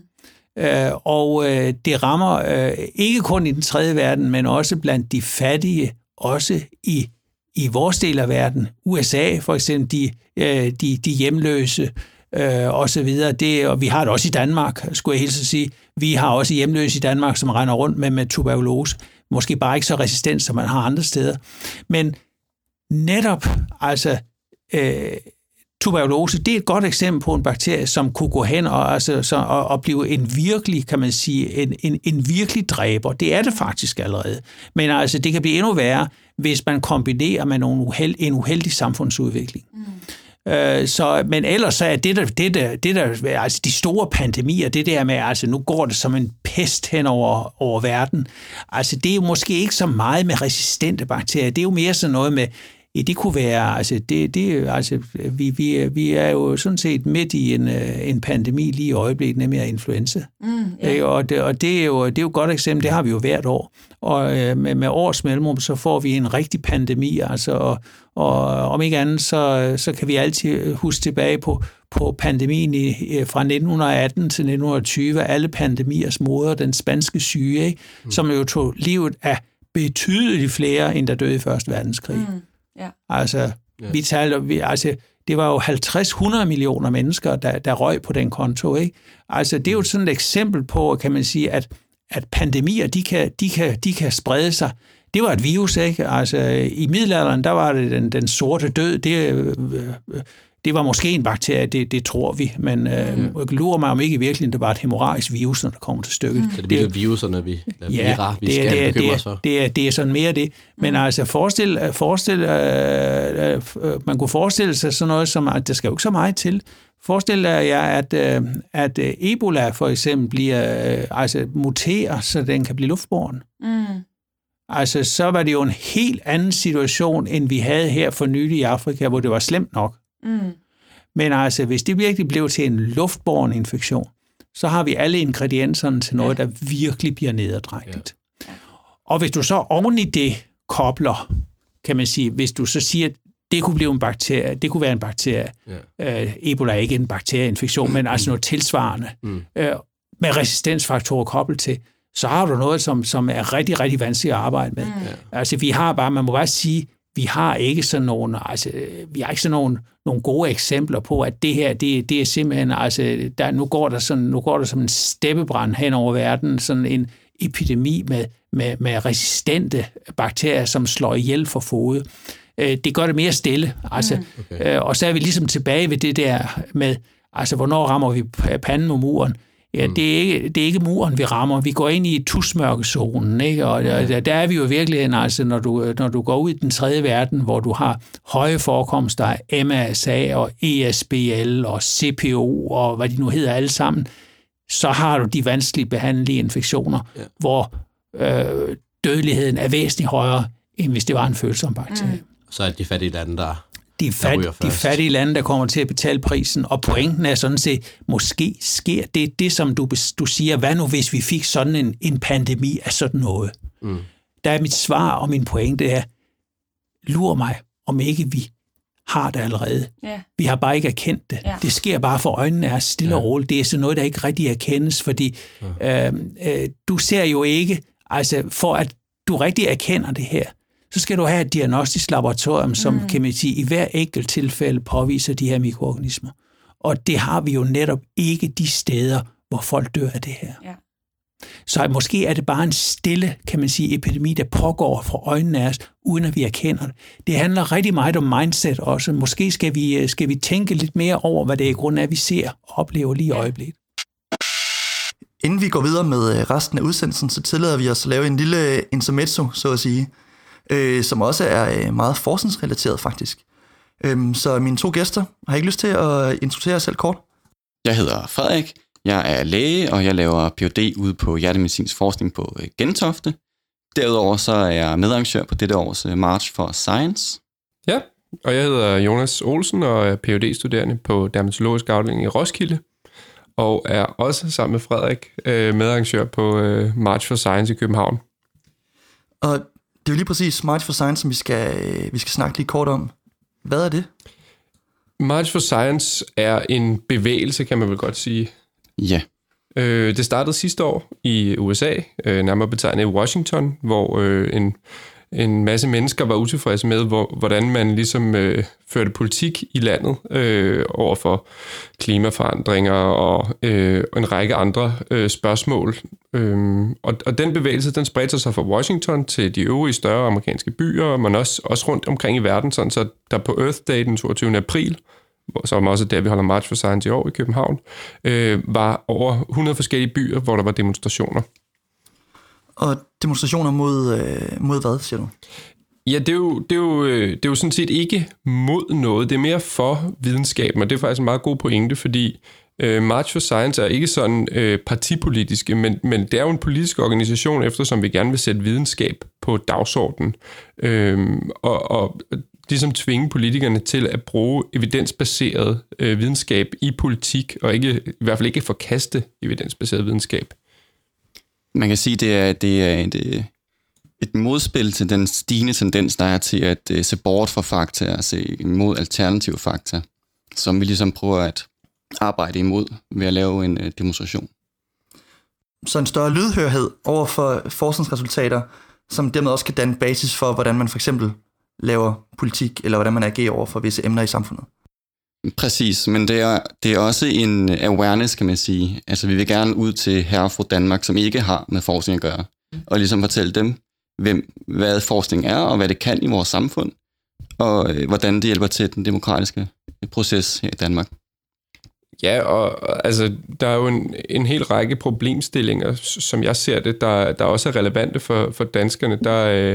Og det rammer ikke kun i den tredje verden, men også blandt de fattige, også i vores del af verden. USA for eksempel, de hjemløse og så videre. Og vi har det også i Danmark, skulle jeg hilse at sige. Vi har også hjemløse i Danmark, som render rundt med tuberkulose. Måske bare ikke så resistent, som man har andre steder. Men netop, altså, tuberkulose, det er et godt eksempel på en bakterie, som kunne gå hen og blive en virkelig, kan man sige, en virkelig dræber. Det er det faktisk allerede. Men altså, det kan blive endnu værre, hvis man kombinerer med en uheldig samfundsudvikling. Men ellers så er det der, altså de store pandemier, det der med, altså nu går det som en pest hen over verden. Altså det er jo måske ikke så meget med resistente bakterier, det er jo mere sådan noget med, det kunne være, altså vi er jo sådan set midt i en pandemi lige i øjeblikket, nemlig af influenza. Og det er jo et godt eksempel, det har vi jo hvert år. Og med års mellemrum, så får vi en rigtig pandemi, altså, og om ikke andet, så kan vi altid huske tilbage på pandemien fra 1918 til 1920, alle pandemiers moder, den spanske syge, ikke? Som jo tog livet af betydeligt flere, end der døde i Første Verdenskrig. Altså, vi talte, det var jo 50-100 millioner mennesker, der røg på den konto, ikke? Altså, det er jo sådan et eksempel på, kan man sige, at pandemier, de kan sprede sig. Det var et virus, ikke? Altså, i middelalderen, der var det den sorte død. Det var måske en bakterie, det tror vi, men lurer mig om ikke i virkeligheden, det var et hæmorragisk virus, når det kommer til stykket. Så det er viruserne, vi skal bekymre os for? Det er sådan mere det. Men altså, man kunne forestille sig sådan noget som, at der skal jo ikke så meget til. Forestil jer, at Ebola for eksempel muterer, så den kan blive luftbåren. Altså, så var det jo en helt anden situation, end vi havde her for nylig i Afrika, hvor det var slemt nok. Men altså, hvis det virkelig blev til en luftbåren infektion, så har vi alle ingredienserne til noget, der virkelig bliver nederdrægtigt. Og hvis du så oven i det kobler, kan man sige, hvis du så siger, at det kunne blive en bakterie, det kunne være en bakterie, Ebola er ikke en bakterieinfektion, men altså noget tilsvarende, med resistensfaktorer koblet til, så har du noget, som er rigtig, rigtig vanskeligt at arbejde med. Altså, man må bare sige, vi har ikke sådan nogle gode eksempler på, at det her, det er simpelthen, altså, nu går der som en steppebrand hen over verden, sådan en epidemi med resistente bakterier, som slår ihjel for fod. Det gør det mere stille, altså. Og så er vi ligesom tilbage ved det der med, altså, hvornår rammer vi panden mod muren? Ja, det er ikke muren, vi rammer. Vi går ind i tusmørkezonen, ikke? Og der er vi jo virkelig, altså, når du går ud i den tredje verden, hvor du har høje forekomster af MRSA og ESBL og CPO og hvad de nu hedder alle sammen, så har du de vanskeligt behandlige infektioner, hvor dødeligheden er væsentligt højere, end hvis det var en følsom bakterie. Så er de fattige lande, de fattige lande, der kommer til at betale prisen, og pointen er sådan set, måske sker det som du siger, hvad nu hvis vi fik sådan en pandemi af sådan noget? Der er mit svar og min pointe er, lur mig, om ikke vi har det allerede. Vi har bare ikke erkendt det. Det sker bare for øjnene af stille og roligt. Det er sådan noget, der ikke rigtig erkendes, fordi du ser jo ikke, altså for at du rigtig erkender det her, så skal du have et diagnostisk laboratorium, som kan man sige, i hver enkelt tilfælde påviser de her mikroorganismer. Og det har vi jo netop ikke de steder, hvor folk dør af det her. Så måske er det bare en stille, kan man sige, epidemi, der pågår for øjnene af os, uden at vi erkender det. Det handler rigtig meget om mindset også. Måske skal vi tænke lidt mere over, hvad det er i grunden af, vi ser og oplever lige i øjeblikket. Inden vi går videre med resten af udsendelsen, så tillader vi os at lave en lille intermezzo, så at sige, som også er meget forskningsrelateret faktisk. Så mine to gæster, har I ikke lyst til at introducere jer selv kort? Jeg hedder Frederik, jeg er læge, og jeg laver Ph.D. ude på hjertemedicinsk forskning på Gentofte. Derudover så er jeg medarrangør på dette års March for Science. Ja, og jeg hedder Jonas Olsen og er Ph.D.-studerende på dermatologisk afdeling i Roskilde, og er også sammen med Frederik medarrangør på March for Science i København. Og det er jo lige præcis March for Science, som vi skal snakke lige kort om. Hvad er det? March for Science er en bevægelse, kan man vel godt sige. Ja. Det startede sidste år i USA, nærmere betegnet i Washington, hvor en masse mennesker var utilfredse med, hvordan man ligesom førte politik i landet over for klimaforandringer og en række andre spørgsmål. Og den bevægelse, den spredte sig fra Washington til de øvrige større amerikanske byer, men også rundt omkring i verden, sådan så der på Earth Day den 22. april, som også er der, vi holder March for Science i år i København, var over 100 forskellige byer, hvor der var demonstrationer. Og demonstrationer mod hvad, siger du? Ja, det er jo sådan set ikke mod noget. Det er mere for videnskaben, og det er faktisk en meget god pointe, fordi March for Science er ikke sådan partipolitiske, men det er jo en politisk organisation, eftersom vi gerne vil sætte videnskab på dagsordenen. Og ligesom tvinge politikerne til at bruge evidensbaseret videnskab i politik, og i hvert fald ikke forkaste evidensbaseret videnskab. Man kan sige, det er et modspil til den stigende tendens, der er til at se bort fra fakta og se imod alternative fakta, som vi ligesom prøver at arbejde imod ved at lave en demonstration. Så en større lydhørhed over for forskningsresultater, som dermed også kan danne basis for, hvordan man for eksempel laver politik, eller hvordan man agerer over for visse emner i samfundet. Præcis, men det er også en awareness, kan man sige. Altså, vi vil gerne ud til herre og fru Danmark, som ikke har med forskning at gøre, og ligesom fortælle dem, hvad forskning er, og hvad det kan i vores samfund, og hvordan det hjælper til den demokratiske proces her i Danmark. Ja, og altså, der er jo en hel række problemstillinger, som jeg ser det, der også er relevante for danskerne. Der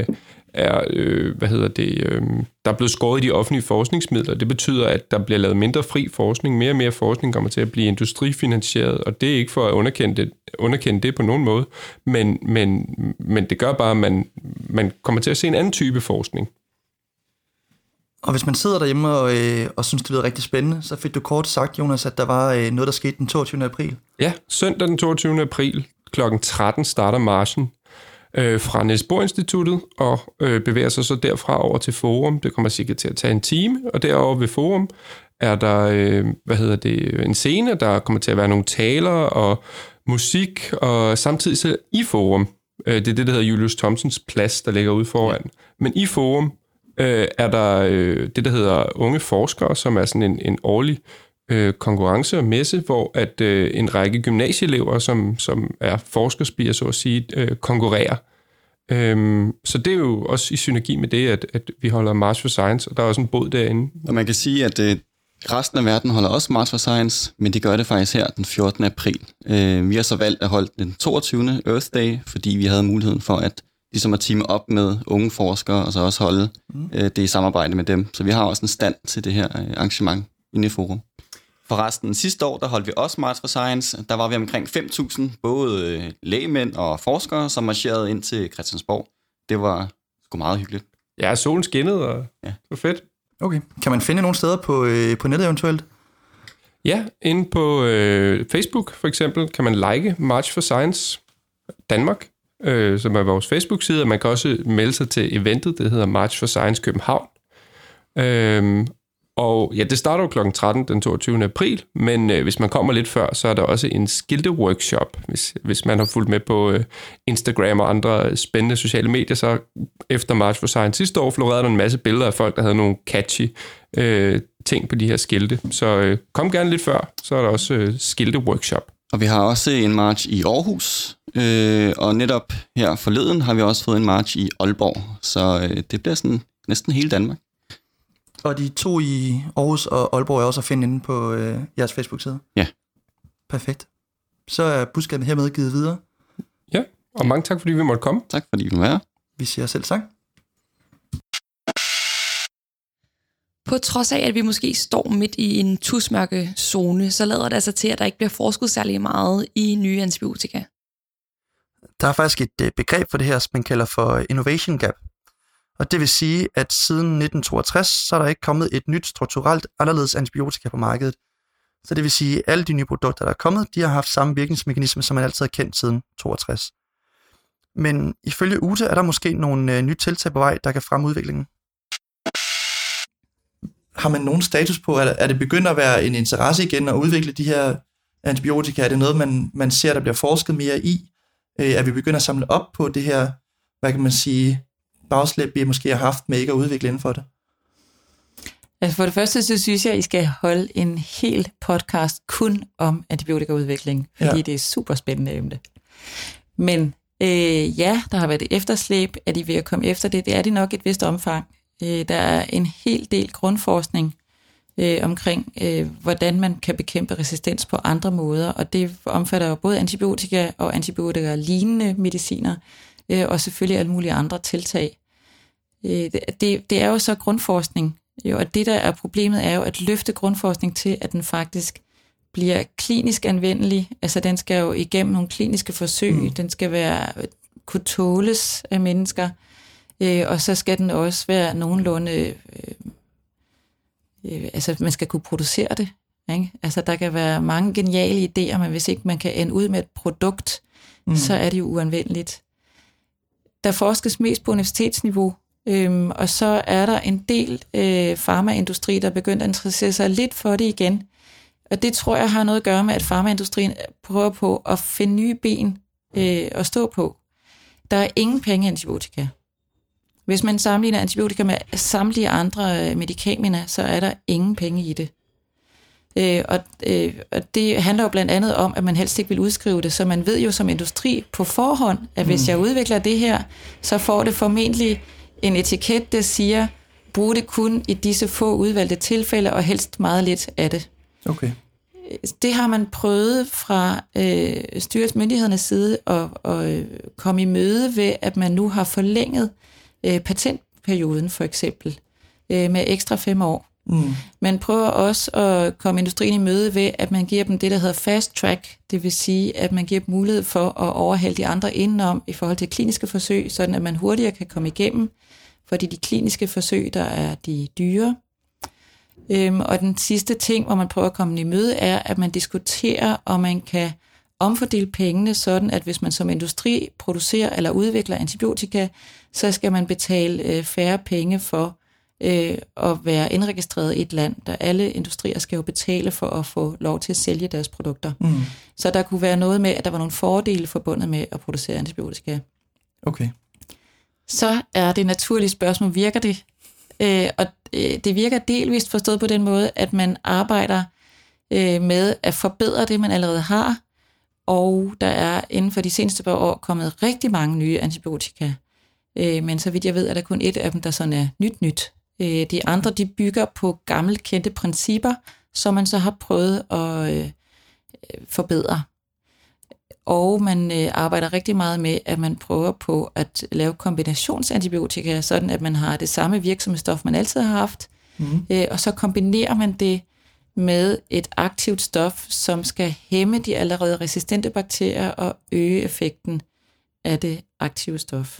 der er blevet skåret i de offentlige forskningsmidler. Det betyder, at der bliver lavet mindre fri forskning. Mere og mere forskning kommer til at blive industrifinansieret, og det er ikke for at underkende det på nogen måde, men det gør bare, at man kommer til at se en anden type forskning. Og hvis man sidder derhjemme og synes, det lyder rigtig spændende, så fik du kort sagt, Jonas, at der var noget, der skete den 22. april. Ja, søndag den 22. april kl. 13 starter marchen fra Niels Bohr Instituttet og bevæger sig så derfra over til Forum. Det kommer sikkert til at tage en time, og derovre ved Forum er der en scene, der kommer til at være nogle taler og musik, og samtidig så i Forum, det er det, der hedder Julius Thomsens plads, der ligger ude foran. Men i Forum er der det, der hedder Unge Forskere, som er sådan en årlig konkurrence og messe, hvor at en række gymnasieelever, som er forskerspirer, så at sige, konkurrerer. Så det er jo også i synergi med det, at vi holder March for Science, og der er også en båd derinde. Og man kan sige, at resten af verden holder også March for Science, men de gør det faktisk her den 14. april. Vi har så valgt at holde den 22. Earth Day, fordi vi havde muligheden for at ligesom at teame op med unge forskere, og så også holde det i samarbejde med dem. Så vi har også en stand til det her arrangement inde i Forum. Forresten, sidste år, der holdt vi også March for Science. Der var vi omkring 5.000, både lægemænd og forskere, som marcherede ind til Christiansborg. Det var sgu meget hyggeligt. Ja, solen skinnede, og det var fedt. Okay. Kan man finde nogle steder på nettet eventuelt? Ja, inde på Facebook for eksempel kan man like March for Science Danmark, som er vores Facebook-side, og man kan også melde sig til eventet, det hedder March for Science København. Og ja, det starter jo kl. 13 den 22. april, men hvis man kommer lidt før, så er der også en skilteworkshop. Hvis man har fulgt med på Instagram og andre spændende sociale medier, så efter March for Science sidste år florerede der en masse billeder af folk, der havde nogle catchy ting på de her skilte. Så kom gerne lidt før, så er der også skilteworkshop. Og vi har også en march i Aarhus, og netop her forleden har vi også fået en march i Aalborg, så det bliver sådan næsten hele Danmark. Og de to i Aarhus og Aalborg er også at finde inde på jeres Facebook-side? Ja. Perfekt. Så er budskabet hermed givet videre. Ja, og mange tak, fordi vi måtte komme. Tak, fordi vi måtte være. Vi siger selv tak. På trods af, at vi måske står midt i en tusmørke zone, så lader det altså til, at der ikke bliver forsket særlig meget i nye antibiotika. Der er faktisk et begreb for det her, som man kalder for innovation gap. Og det vil sige, at siden 1962, så er der ikke kommet et nyt strukturelt anderledes antibiotika på markedet. Så det vil sige, at alle de nye produkter, der er kommet, de har haft samme virkningsmekanisme, som man altid har kendt siden 62. Men ifølge Ute er der måske nogle nye tiltag på vej, der kan fremme udviklingen. Har man nogen status på, er det begyndt at være en interesse igen at udvikle de her antibiotika? Er det noget, man ser, der bliver forsket mere i? Er vi begyndt at samle op på det her, hvad kan man sige, bagslæb, vi måske har haft med ikke at udvikle inden for det? Altså for det første, så synes jeg, at I skal holde en hel podcast kun om antibiotikaudvikling, fordi det er super spændende emne. Men ja, der har været et efterslæb. Er de ved at komme efter det? Det er de nok et vist omfang. Der er en hel del grundforskning omkring, hvordan man kan bekæmpe resistens på andre måder, og det omfatter jo både antibiotika og antibiotika-lignende mediciner, og selvfølgelig alle mulige andre tiltag. Det er jo så grundforskning, og det der er problemet er jo at løfte grundforskning til, at den faktisk bliver klinisk anvendelig. Altså den skal jo igennem nogle kliniske forsøg, den skal kunne tåles af mennesker, og så skal den også være nogenlunde, altså man skal kunne producere det. Ikke? Altså der kan være mange geniale idéer, men hvis ikke man kan ende ud med et produkt, så er det jo uanvendeligt. Der forskes mest på universitetsniveau, og så er der en del farmaindustri, der er begyndt at interessere sig lidt for det igen. Og det tror jeg har noget at gøre med, at farmaindustrien prøver på at finde nye ben at stå på. Der er ingen penge i antibiotika. Hvis man sammenligner antibiotika med samtlige andre medikamenter, så er der ingen penge i det. Og det handler jo blandt andet om, at man helst ikke vil udskrive det, så man ved jo som industri på forhånd, at hvis jeg udvikler det her, så får det formentlig en etiket, der siger, brug det kun i disse få udvalgte tilfælde, og helst meget lidt af det. Okay. Det har man prøvet fra styrelsesmyndighedernes side at komme i møde ved, at man nu har forlænget patentperioden for eksempel med ekstra 5 år. Man prøver også at komme industrien i møde ved, at man giver dem det, der hedder fast track, det vil sige, at man giver dem mulighed for at overhale de andre indenom i forhold til kliniske forsøg, sådan at man hurtigere kan komme igennem, fordi de kliniske forsøg, der er de dyre. Og den sidste ting, hvor man prøver at komme i møde, er, at man diskuterer, om man kan omfordele pengene, sådan at hvis man som industri producerer eller udvikler antibiotika, så skal man betale færre penge for at være indregistreret i et land, der alle industrier skal jo betale for at få lov til at sælge deres produkter. Så der kunne være noget med, at der var nogle fordele forbundet med at producere antibiotika. Okay. Så er det naturlige spørgsmål, virker det? Og det virker delvist forstået på den måde, at man arbejder med at forbedre det, man allerede har, og der er inden for de seneste par år kommet rigtig mange nye antibiotika. Men så vidt jeg ved, er der kun et af dem, der sådan er nyt. De andre, de bygger på gamle kendte principper, som man så har prøvet at forbedre. Og man arbejder rigtig meget med, at man prøver på at lave kombinationsantibiotika, sådan at man har det samme virksomme man altid har haft, og så kombinerer man det med et aktivt stof, som skal hæmme de allerede resistente bakterier og øge effekten af det aktive stof.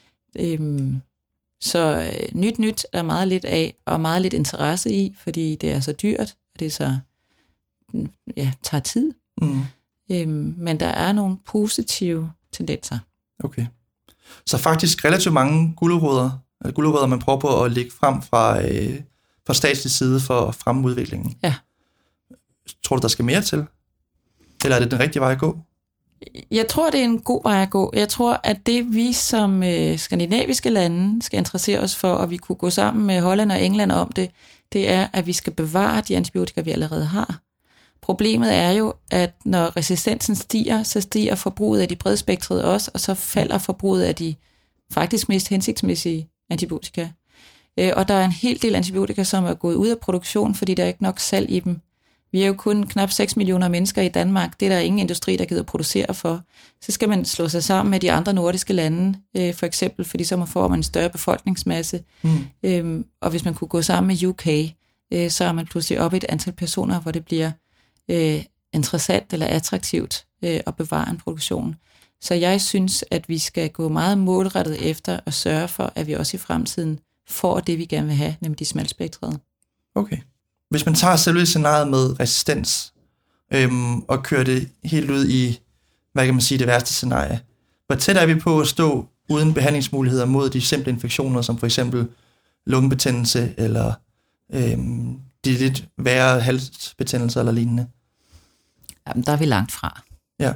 Så nyt er meget lidt af, og meget lidt interesse i, fordi det er så dyrt, og det så tager tid. Men der er nogle positive tendenser. Okay. Så faktisk relativt mange gulerødder, man prøver på at lægge frem fra statslig side for at fremme udviklingen. Ja. Tror du, der skal mere til? Eller er det den rigtige vej at gå? Jeg tror, det er en god vej at gå. Jeg tror, at det vi som skandinaviske lande skal interessere os for, og vi kunne gå sammen med Holland og England om det er, at vi skal bevare de antibiotika, vi allerede har. Problemet er jo, at når resistensen stiger, så stiger forbruget af de bredspektrede også, og så falder forbruget af de faktisk mest hensigtsmæssige antibiotika. Og der er en hel del antibiotika, som er gået ud af produktion, fordi der er ikke nok salg i dem. Vi er jo kun knap 6 millioner mennesker i Danmark. Det er der ingen industri, der gider producere for. Så skal man slå sig sammen med de andre nordiske lande, for eksempel, fordi så får man en større befolkningsmasse. Og hvis man kunne gå sammen med UK, så er man pludselig oppe i et antal personer, hvor det bliver interessant eller attraktivt at bevare en produktion. Så jeg synes, at vi skal gå meget målrettet efter og sørge for, at vi også i fremtiden får det, vi gerne vil have, nemlig de smaltspektrede. Okay. Hvis man tager selve scenariet med resistens, og kører det helt ud i, hvad kan man sige, det værste scenarie, hvor tæt er vi på at stå uden behandlingsmuligheder mod de simple infektioner, som for eksempel lungebetændelse, eller de lidt værre halsbetændelser eller lignende? Jamen, der er vi langt fra. Ja.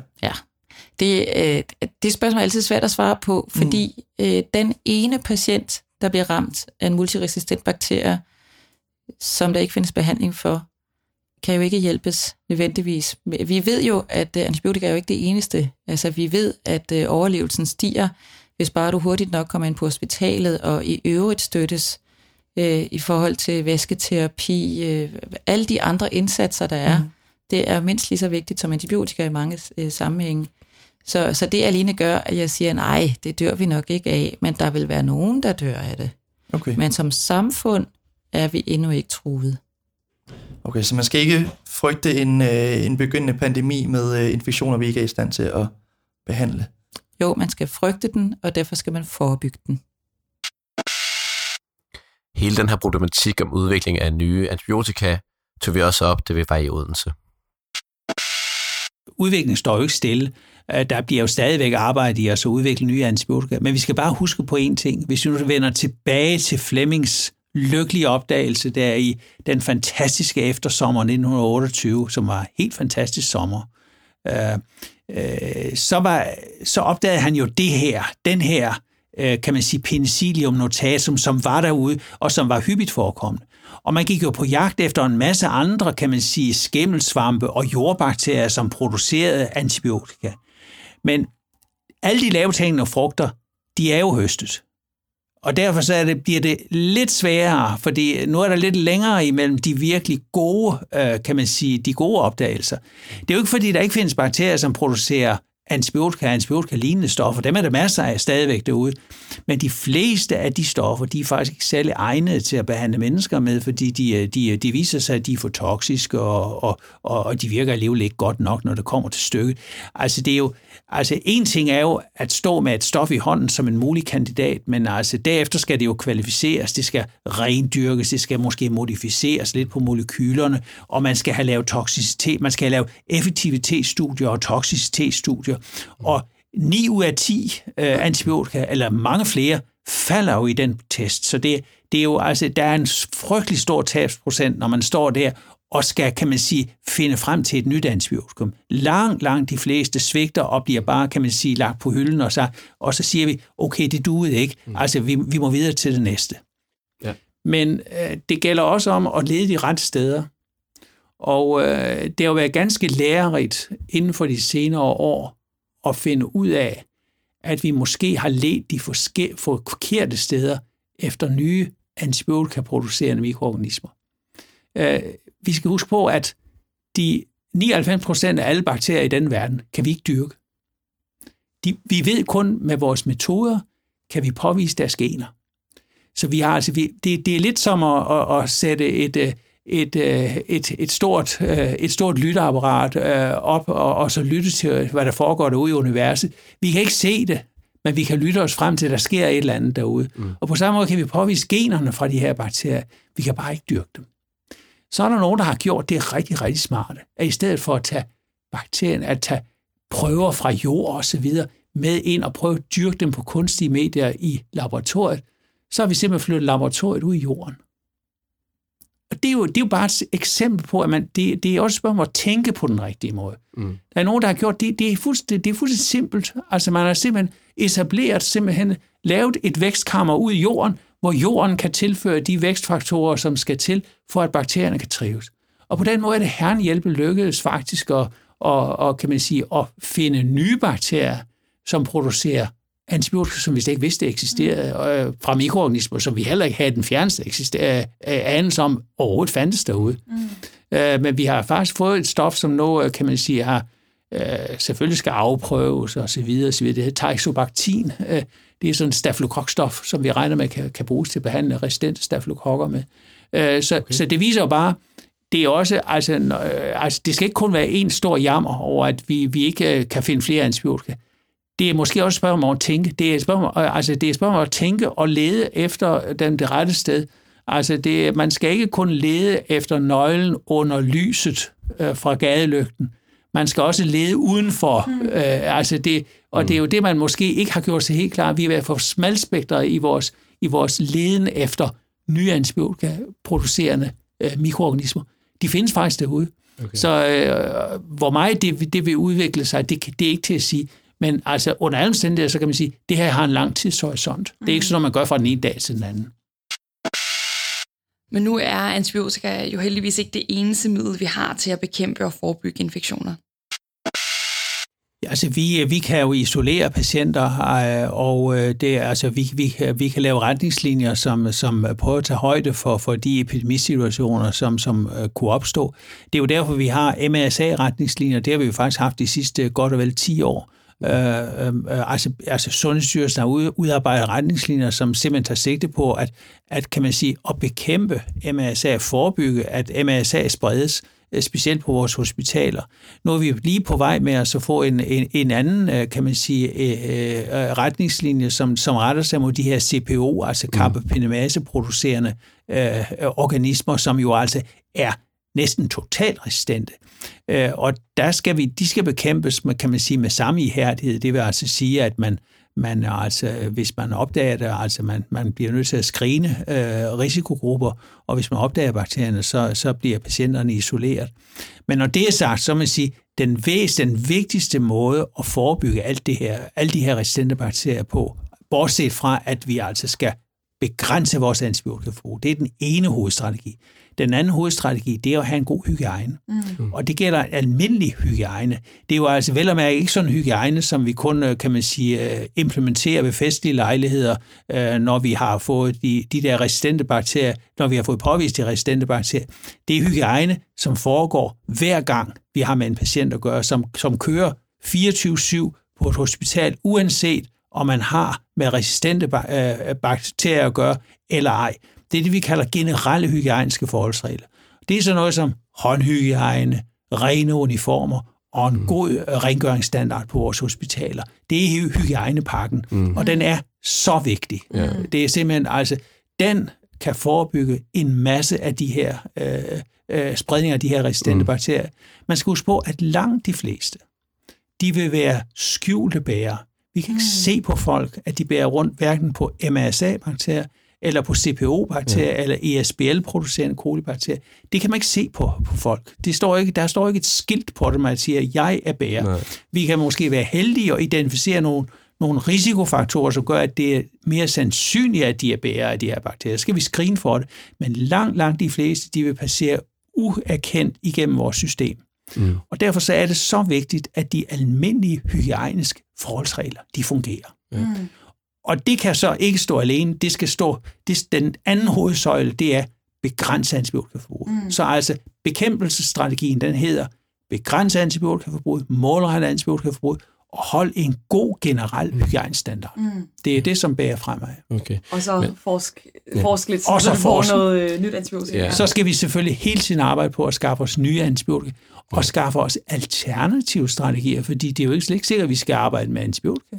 Det spørgsmål er altid svært at svare på, fordi den ene patient, der bliver ramt af en multiresistent bakterie, som der ikke findes behandling for, kan jo ikke hjælpes nødvendigvis. Vi ved jo, at antibiotika er jo ikke det eneste. Altså, vi ved, at overlevelsen stiger, hvis bare du hurtigt nok kommer ind på hospitalet, og i øvrigt støttes i forhold til væsketerapi, alle de andre indsatser, der er. Det er mindst lige så vigtigt som antibiotika i mange sammenhænge. Så det alene gør, at jeg siger, nej, det dør vi nok ikke af, men der vil være nogen, der dør af det. Okay. Men som samfund er vi endnu ikke truet. Okay, så man skal ikke frygte en begyndende pandemi med infektioner, vi ikke er i stand til at behandle? Jo, man skal frygte den, og derfor skal man forebygge den. Hele den her problematik om udvikling af nye antibiotika tog vi også op, da vi var i Odense. Udviklingen står jo ikke stille. Der bliver jo stadigvæk arbejdet i at udvikle nye antibiotika. Men vi skal bare huske på én ting. Hvis vi nu vender tilbage til Flemings lykkelige opdagelse der i den fantastiske eftersommer 1928, som var en helt fantastisk sommer, så opdagede han jo den her, kan man sige, Penicillium notatum, som var derude, og som var hyppigt forekommende. Og man gik jo på jagt efter en masse andre, kan man sige, skimmelsvampe og jordbakterier, som producerede antibiotika. Men alle de lavthængende frugter, de er jo høstet. Og derfor så bliver det lidt sværere, fordi nu er der lidt længere imellem de virkelig gode, kan man sige, de gode opdagelser. Det er jo ikke fordi, der ikke findes bakterier, som producerer antibiotika-lignende stoffer. Dem er der masser af stadigvæk derude. Men de fleste af de stoffer, de er faktisk ikke særlig egnede til at behandle mennesker med, fordi de viser sig, at de er for toksiske, og de virker alligevel ikke godt nok, når det kommer til stykket. Altså, det er jo, en ting er jo at stå med et stof i hånden som en mulig kandidat, men altså derefter skal det jo kvalificeres, det skal rendyrkes, det skal måske modificeres lidt på molekylerne, og man skal have lavet toksicitet, man skal have lavet effektivitetsstudier og toksicitetsstudier, og 9 ud af 10 antibiotika, eller mange flere, falder jo i den test. Så det er jo, der er en frygtelig stor tabsprocent, når man står der og skal, kan man sige, finde frem til et nyt antibiotikum. Langt de fleste svigter og bliver bare, kan man sige, lagt på hylden, og så siger vi, okay, det duede ikke. Vi må videre til det næste. Ja. Men det gælder også om at lede de rette steder. Og det har jo været ganske lærerigt inden for de senere år at finde ud af, at vi måske har ledt de forkerte steder efter nye antibiotikaproducerende mikroorganismer. Vi skal huske på, at de 99% af alle bakterier i den verden kan vi ikke dyrke. Vi ved kun med vores metoder, kan vi påvise deres gener. Så vi har det er lidt som at sætte et stort lytteapparat op og så lytte til, hvad der foregår derude i universet. Vi kan ikke se det, men vi kan lytte os frem til, at der sker et eller andet derude. Og på samme måde kan vi påvise generne fra de her bakterier. Vi kan bare ikke dyrke dem. Så er der nogen, der har gjort det rigtig, rigtig smarte. At i stedet for at tage bakterien, at tage prøver fra jord og så videre med ind og prøve at dyrke dem på kunstige medier i laboratoriet, så har vi simpelthen flyttet laboratoriet ud i jorden. Og det er jo bare et eksempel på, at det er også et spørgsmål at tænke på den rigtige måde. Der er nogen, der har gjort det. Det er fuldstændig simpelt. Altså man har simpelthen lavet et vækstkammer ud i jorden, hvor jorden kan tilføre de vækstfaktorer, som skal til, for at bakterierne kan trives. Og på den måde er det Herren hjælpe lykkedes faktisk at kan man sige, at finde nye bakterier, som producerer antibiotika, som vi slet ikke vidste eksisterede, fra mikroorganismer, som vi heller ikke havde den fjerneste anelse om overhovedet fandtes derude. Men vi har faktisk fået et stof, som nu, kan man sige, har selvfølgelig skal afprøves og så videre. Det hedder Teixobactin. Det er sådan et stafylokokstof, som vi regner med kan bruges til at behandle resistente stafylokokker med. Så det viser jo bare, det er også, det skal ikke kun være en stor jammer over, at vi ikke kan finde flere antibiotika. det er måske også et spørgsmål om at tænke. Det er et spørgsmål om at tænke og lede efter det rette sted. Altså, man skal ikke kun lede efter nøglen under lyset fra gadelygten. Man skal også lede udenfor. Det er jo det, man måske ikke har gjort sig helt klar. Vi er i hvert fald smalspektrede i vores leden efter nye antibiotika-producerende mikroorganismer. De findes faktisk derude. Okay. Så hvor meget det vil udvikle sig, det er ikke til at sige. Men altså, under alle omstændigheder, så kan man sige, at det her har en lang tidshorisont. Det er ikke sådan noget, man gør fra den ene dag til den anden. Men nu er antibiotika jo heldigvis ikke det eneste middel, vi har til at bekæmpe og forebygge infektioner. Ja, altså, vi kan jo isolere patienter, og vi kan lave retningslinjer, som prøver at tage højde for de epidemisituationer, som kunne opstå. Det er jo derfor, vi har MRSA-retningslinjer. Det har vi jo faktisk haft de sidste godt og vel 10 år. Sundhedsstyrelsen har udarbejdet retningslinjer, som simpelthen tager sigte på, at kan man sige, at bekæmpe MRSA, forebygge, at MRSA spredes, specielt på vores hospitaler. Nu er vi lige på vej med at så få en anden, kan man sige, retningslinje, som retter sig mod de her CPO, altså carbapenemase-producerende organismer, som jo altså er næsten totalt resistente. Og de skal bekæmpes, kan man sige, med samme ihærdighed. Det vil altså sige, at man altså, hvis man opdager det, altså man bliver nødt til at screene risikogrupper, og hvis man opdager bakterierne, så bliver patienterne isoleret. Men når det er sagt, så må man sige, den vigtigste måde at forebygge alle de her resistente bakterier på, bortset fra, at vi altså skal begrænse vores antibiotikaforbrug. Det er den ene hovedstrategi. Den anden hovedstrategi, det er at have en god hygiejne. Og det gælder almindelig hygiejne. Det er jo altså vel og mærke ikke sådan en hygiejne, som vi kun, kan man sige, implementerer ved festlige lejligheder, når vi har fået de der resistente bakterier, når vi har fået påvist de resistente bakterier. Det er hygiejne, som foregår hver gang, vi har med en patient at gøre, som kører 24/7 på et hospital, uanset om man har med resistente bakterier at gøre eller ej. Det er det, vi kalder generelle hygiejniske forholdsregler. Det er sådan noget som håndhygiejne, rene uniformer og en god rengøringsstandard på vores hospitaler. Det er hygiejnepakken, og den er så vigtig. Det er simpelthen, altså, den kan forebygge en masse af de her spredninger af de her resistente bakterier. Man skal huske på, at langt de fleste, de vil være skjulte bærere. Vi kan ikke se på folk, at de bærer rundt hverken på MRSA-bakterier, eller på CPO-bakterier, eller ESBL-producerende kolibakterier. Det kan man ikke se på folk. Der står ikke et skilt på det, man siger, at jeg er bærer. Nej. Vi kan måske være heldige og identificere nogle risikofaktorer, som gør, at det er mere sandsynligt, at de er bærer af de her bakterier. Så skal vi screene for det. Men langt de fleste, de vil passere uerkendt igennem vores system. Og derfor så er det så vigtigt, at de almindelige hygiejniske forholdsregler, de fungerer. Og det kan så ikke stå alene. Det skal stå, den anden hovedsøjle, det er begrænse antibiotikaforbrug. Så altså bekæmpelsesstrategien, den hedder begrænse antibiotikaforbrug, målrette antibiotikaforbrug, og hold en god generel hygiejnestandard. Det er det, som bærer fremad. Okay. Og så forske lidt, så vi får noget nyt antibiotika. Ja. Så skal vi selvfølgelig hele tiden arbejde på at skaffe os nye antibiotika, og skaffe os alternative strategier, fordi det er jo ikke slet ikke sikkert, at vi skal arbejde med antibiotika.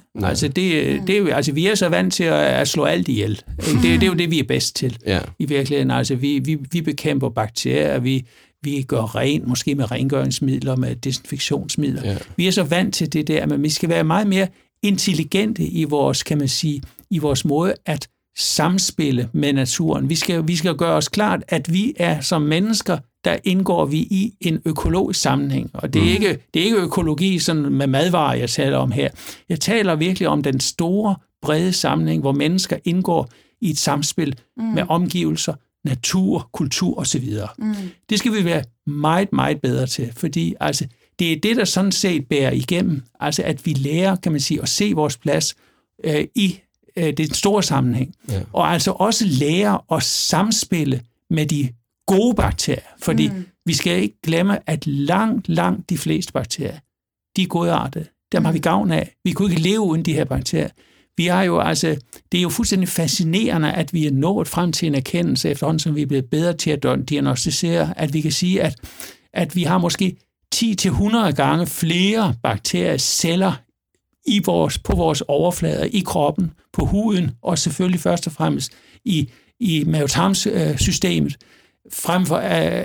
Altså, vi er så vant til at slå alt ihjel. Det er jo det, vi er bedst til i virkeligheden. Altså, vi bekæmper bakterier, vi gør rent, måske med rengøringsmidler, med desinfektionsmidler. Ja. Vi er så vant til det der, men vi skal være meget mere intelligente i vores, kan man sige, i vores måde at samspille med naturen. Vi skal gøre os klart, at vi er som mennesker, der indgår vi i en økologisk sammenhæng. Og det er ikke økologi sådan med madvarer, jeg taler om her. Jeg taler virkelig om den store, brede sammenhæng, hvor mennesker indgår i et samspil med omgivelser, natur, kultur osv. Det skal vi være meget, meget bedre til, fordi altså, det er det, der sådan set bærer igennem, altså at vi lærer, kan man sige, at se vores plads i den store sammenhæng, og altså også lære at samspille med de gode bakterier, fordi vi skal ikke glemme, at langt de fleste bakterier, de er godartede. Dem har vi gavn af. Vi kunne ikke leve uden de her bakterier. Vi har jo altså, det er jo fuldstændig fascinerende, at vi er nået frem til en erkendelse efterhånden, som vi er blevet bedre til at diagnostisere, at vi kan sige, at vi har måske 10-100 gange flere bakterieceller på vores overflader, i kroppen, på huden, og selvfølgelig først og fremmest i mavetarmsystemet, frem for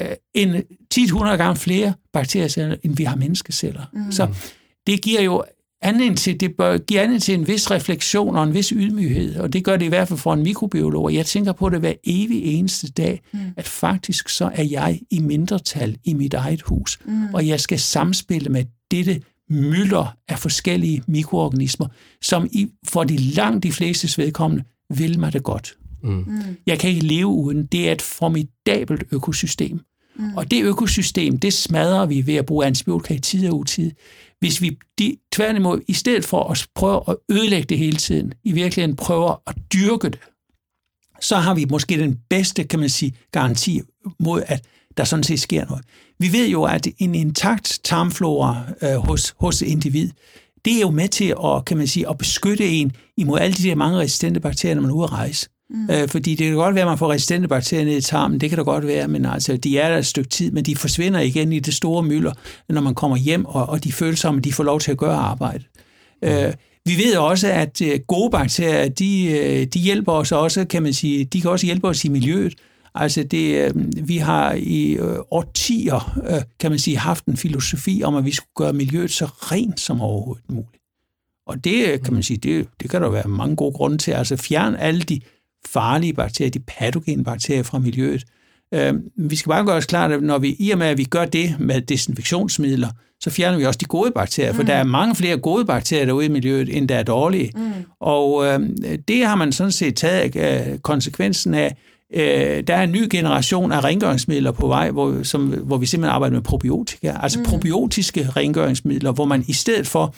10-100 gange flere bakterieceller, end vi har menneskeceller. Så det giver jo anledning til en vis refleksion og en vis ydmyghed, og det gør det i hvert fald for en mikrobiolog. Jeg tænker på det hver evig eneste dag, at faktisk så er jeg i mindretal i mit eget hus, og jeg skal samspille med dette mylder af forskellige mikroorganismer, som for de fleste vedkommende vil mig det godt. Jeg kan ikke leve uden. Det er et formidabelt økosystem. Og det økosystem, det smadrer vi ved at bruge antibiotika i tid og utid. Hvis vi tværtimod, i stedet for at prøve at ødelægge det hele tiden, i virkeligheden prøver at dyrke det, så har vi måske den bedste, kan man sige, garanti mod, at der sådan set sker noget. Vi ved jo, at en intakt tarmflora hos individ, det er jo med til at, kan man sige, at beskytte en imod alle de der mange resistente bakterier, når man er ude at rejse. Fordi det kan godt være, at man får resistente bakterier ned i tarmen, det kan da godt være, men altså, de er der et stykke tid, men de forsvinder igen i det store mylder, når man kommer hjem, og de følsomme, de får lov til at gøre arbejdet. Vi ved også, at gode bakterier, de hjælper os også, kan man sige, de kan også hjælpe os i miljøet. Altså vi har i årtier, kan man sige, haft en filosofi om, at vi skulle gøre miljøet så rent som overhovedet muligt. Og det kan man sige, det kan der være mange gode grunde til. Altså fjerne alle de farlige bakterier, de patogene bakterier fra miljøet. Vi skal bare gøre os klart, at i og med, at vi gør det med desinfektionsmidler, så fjerner vi også de gode bakterier, for der er mange flere gode bakterier derude i miljøet, end der er dårlige. Og det har man sådan set taget konsekvensen af. Der er en ny generation af rengøringsmidler på vej, hvor vi simpelthen arbejder med probiotika, altså probiotiske rengøringsmidler, hvor man i stedet for,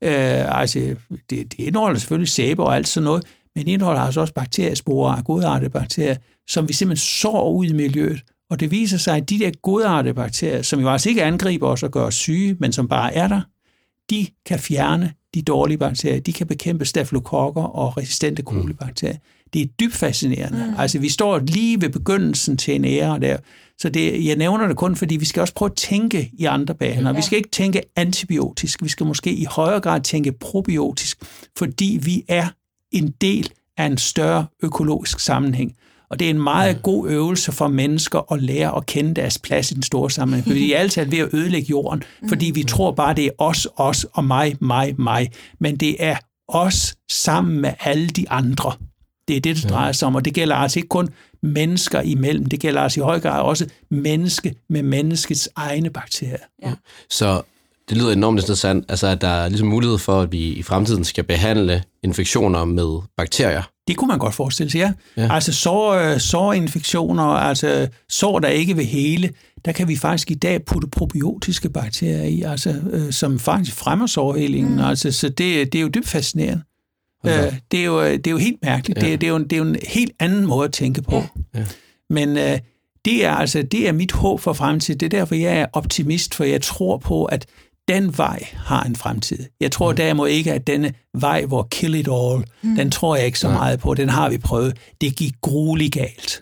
det indeholder selvfølgelig sæbe og alt sådan noget, men det indeholder altså også bakteriesporer, godartede bakterier, som vi simpelthen sår ud i miljøet. Og det viser sig, at de der godartede bakterier, som jo altså ikke angriber os og gør os syge, men som bare er der, de kan fjerne de dårlige bakterier, de kan bekæmpe stafylokokker og resistente kolibakterier. Det er dybt fascinerende. Altså, vi står lige ved begyndelsen til en ære der. Så jeg nævner det kun, fordi vi skal også prøve at tænke i andre baner. Vi skal ikke tænke antibiotisk. Vi skal måske i højere grad tænke probiotisk, fordi vi er en del af en større økologisk sammenhæng. Og det er en meget god øvelse for mennesker at lære at kende deres plads i den store sammenhæng. Fordi vi er altid ved at ødelægge jorden, fordi vi tror bare, det er os og mig. Men det er os sammen med alle de andre. Det er det drejer sig om, og det gælder altså ikke kun mennesker imellem. Det gælder altså i høj grad også menneske med menneskets egne bakterier. Ja. Så det lyder enormt interessant, altså at der er ligesom mulighed for, at vi i fremtiden skal behandle infektioner med bakterier. Det kunne man godt forestille sig, ja. Altså sårinfektioner, altså sår, der ikke vil hele, der kan vi faktisk i dag putte probiotiske bakterier i, altså som faktisk fremmer sårhelingen. Altså, så det er jo dybt fascinerende. Det er jo helt mærkeligt. Det er jo en helt anden måde at tænke på. Men det er mit håb for fremtiden. Det er derfor, jeg er optimist, for jeg tror på, at den vej har en fremtid. Jeg tror derimod ikke, at denne vej, hvor kill it all, den tror jeg ikke så meget på. Den har vi prøvet. Det gik grueligt galt.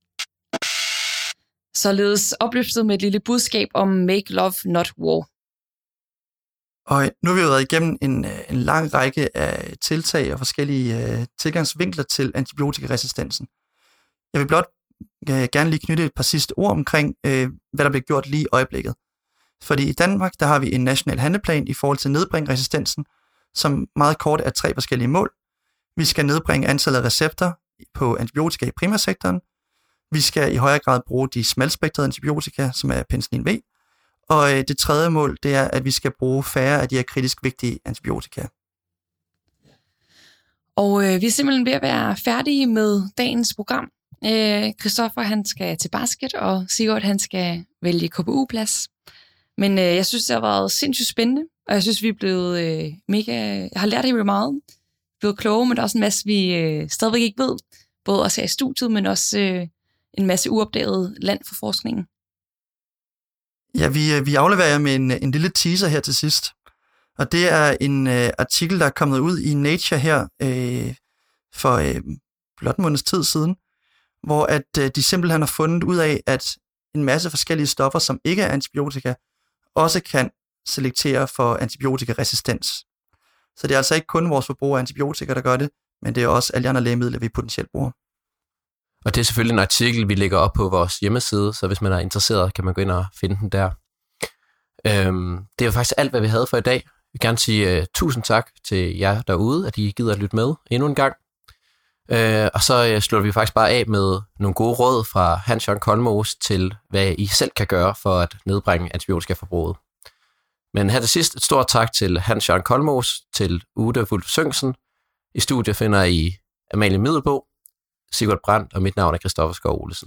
Således opløftet med et lille budskab om make love, not war. Og nu har vi jo været igennem en lang række af tiltag og forskellige tilgangsvinkler til antibiotikaresistensen. Jeg vil blot gerne lige knytte et par sidste ord omkring, hvad der bliver gjort lige i øjeblikket. Fordi i Danmark, der har vi en national handleplan i forhold til at nedbringe resistensen, som meget kort er 3 forskellige mål. Vi skal nedbringe antallet af recepter på antibiotika i primærsektoren. Vi skal i højere grad bruge de smalspektrede antibiotika, som er penicillin V. Og det tredje mål, det er, at vi skal bruge færre af de her kritisk vigtige antibiotika. Og vi er simpelthen ved at være færdige med dagens program. Christoffer, han skal til basket, og Sigurd, han skal vælge KBU-plads. Men jeg synes, det har været sindssygt spændende, og jeg synes, vi er blevet jeg har lært helt meget, blevet kloge, men der er også en masse, vi stadigvæk ikke ved, både også her i studiet, men også en masse uopdaget land for forskningen. Ja, vi afleverer jer med en lille teaser her til sidst, og det er en artikel, der er kommet ud i Nature her for blot en måneds tid siden, hvor at de simpelthen har fundet ud af, at en masse forskellige stoffer, som ikke er antibiotika, også kan selektere for antibiotikaresistens. Så det er altså ikke kun vores forbrug af antibiotika, der gør det, men det er også alle de andre lægemidler, vi potentielt bruger. Og det er selvfølgelig en artikel, vi lægger op på vores hjemmeside, så hvis man er interesseret, kan man gå ind og finde den der. Det er jo faktisk alt, hvad vi havde for i dag. Jeg vil gerne sige tusind tak til jer derude, at I gider at lytte med endnu en gang. Og så slutter vi faktisk bare af med nogle gode råd fra Hans Jørgen Kolmos til, hvad I selv kan gøre for at nedbringe antibiotikaforbruget. Men her til sidst et stort tak til Hans Jørgen Kolmos, til Ude Wulff Sørensen. I studiet finder I Amalie Middelbo, Sigurd Brandt, og mit navn er Christoffer Skov Olesen.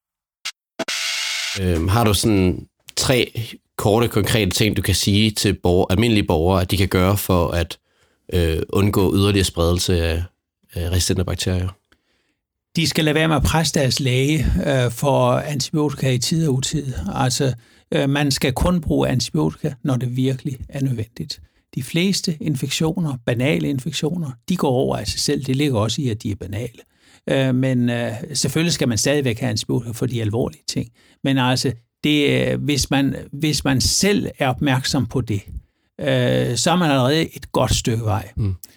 Har du sådan 3 korte, konkrete ting, du kan sige til almindelige borgere, at de kan gøre for at undgå yderligere spredelse af resistente bakterier? De skal lade være med at presse deres læge for antibiotika i tid og utid. Altså, man skal kun bruge antibiotika, når det virkelig er nødvendigt. De fleste infektioner, banale infektioner, de går over af sig selv. Det ligger også i, at de er banale. Men selvfølgelig skal man stadigvæk have antibiotika for de alvorlige ting. Men altså, hvis man selv er opmærksom på det, så er man allerede et godt stykke vej.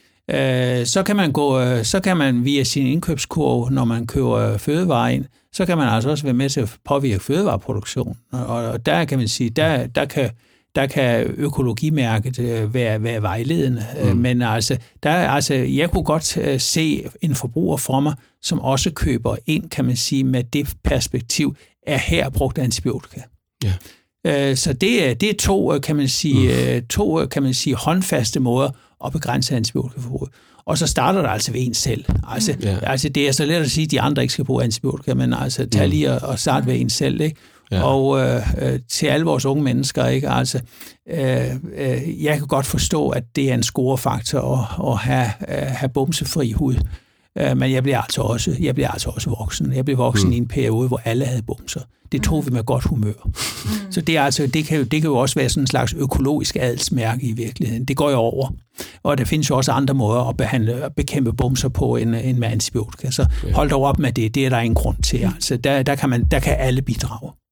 Så kan man via sin indkøbskurve, når man køber fødevarer ind, så kan man altså også være med til at påvirke fødevareproduktion. Og der kan man sige, der kan økologimærket være vejledende. Men altså, jeg kunne godt se en forbruger for mig, som også køber ind, kan man sige, med det perspektiv, er her brugt antibiotika. Ja. Så det er to, kan man sige, håndfaste måder at begrænse antibiotikaforbruget. Og så starter det altså ved en selv. Altså det er så let at sige, at de andre ikke skal bruge antibiotika, men altså tag lige og start ved en selv, ikke? Ja. Og til alle vores unge mennesker, ikke? Altså, jeg kan godt forstå, at det er en scorefaktor at have bumsefri hud. Men jeg bliver altså også voksen. Jeg blev voksen i en periode, hvor alle havde bumser. Det tog vi med godt humør. Så det kan jo også være sådan en slags økologisk adelsmærke i virkeligheden. Det går jo over. Og der findes jo også andre måder at bekæmpe bumser på end med antibiotika. Så hold dog op med det. Det er der ingen grund til. Altså, der kan alle bidrage.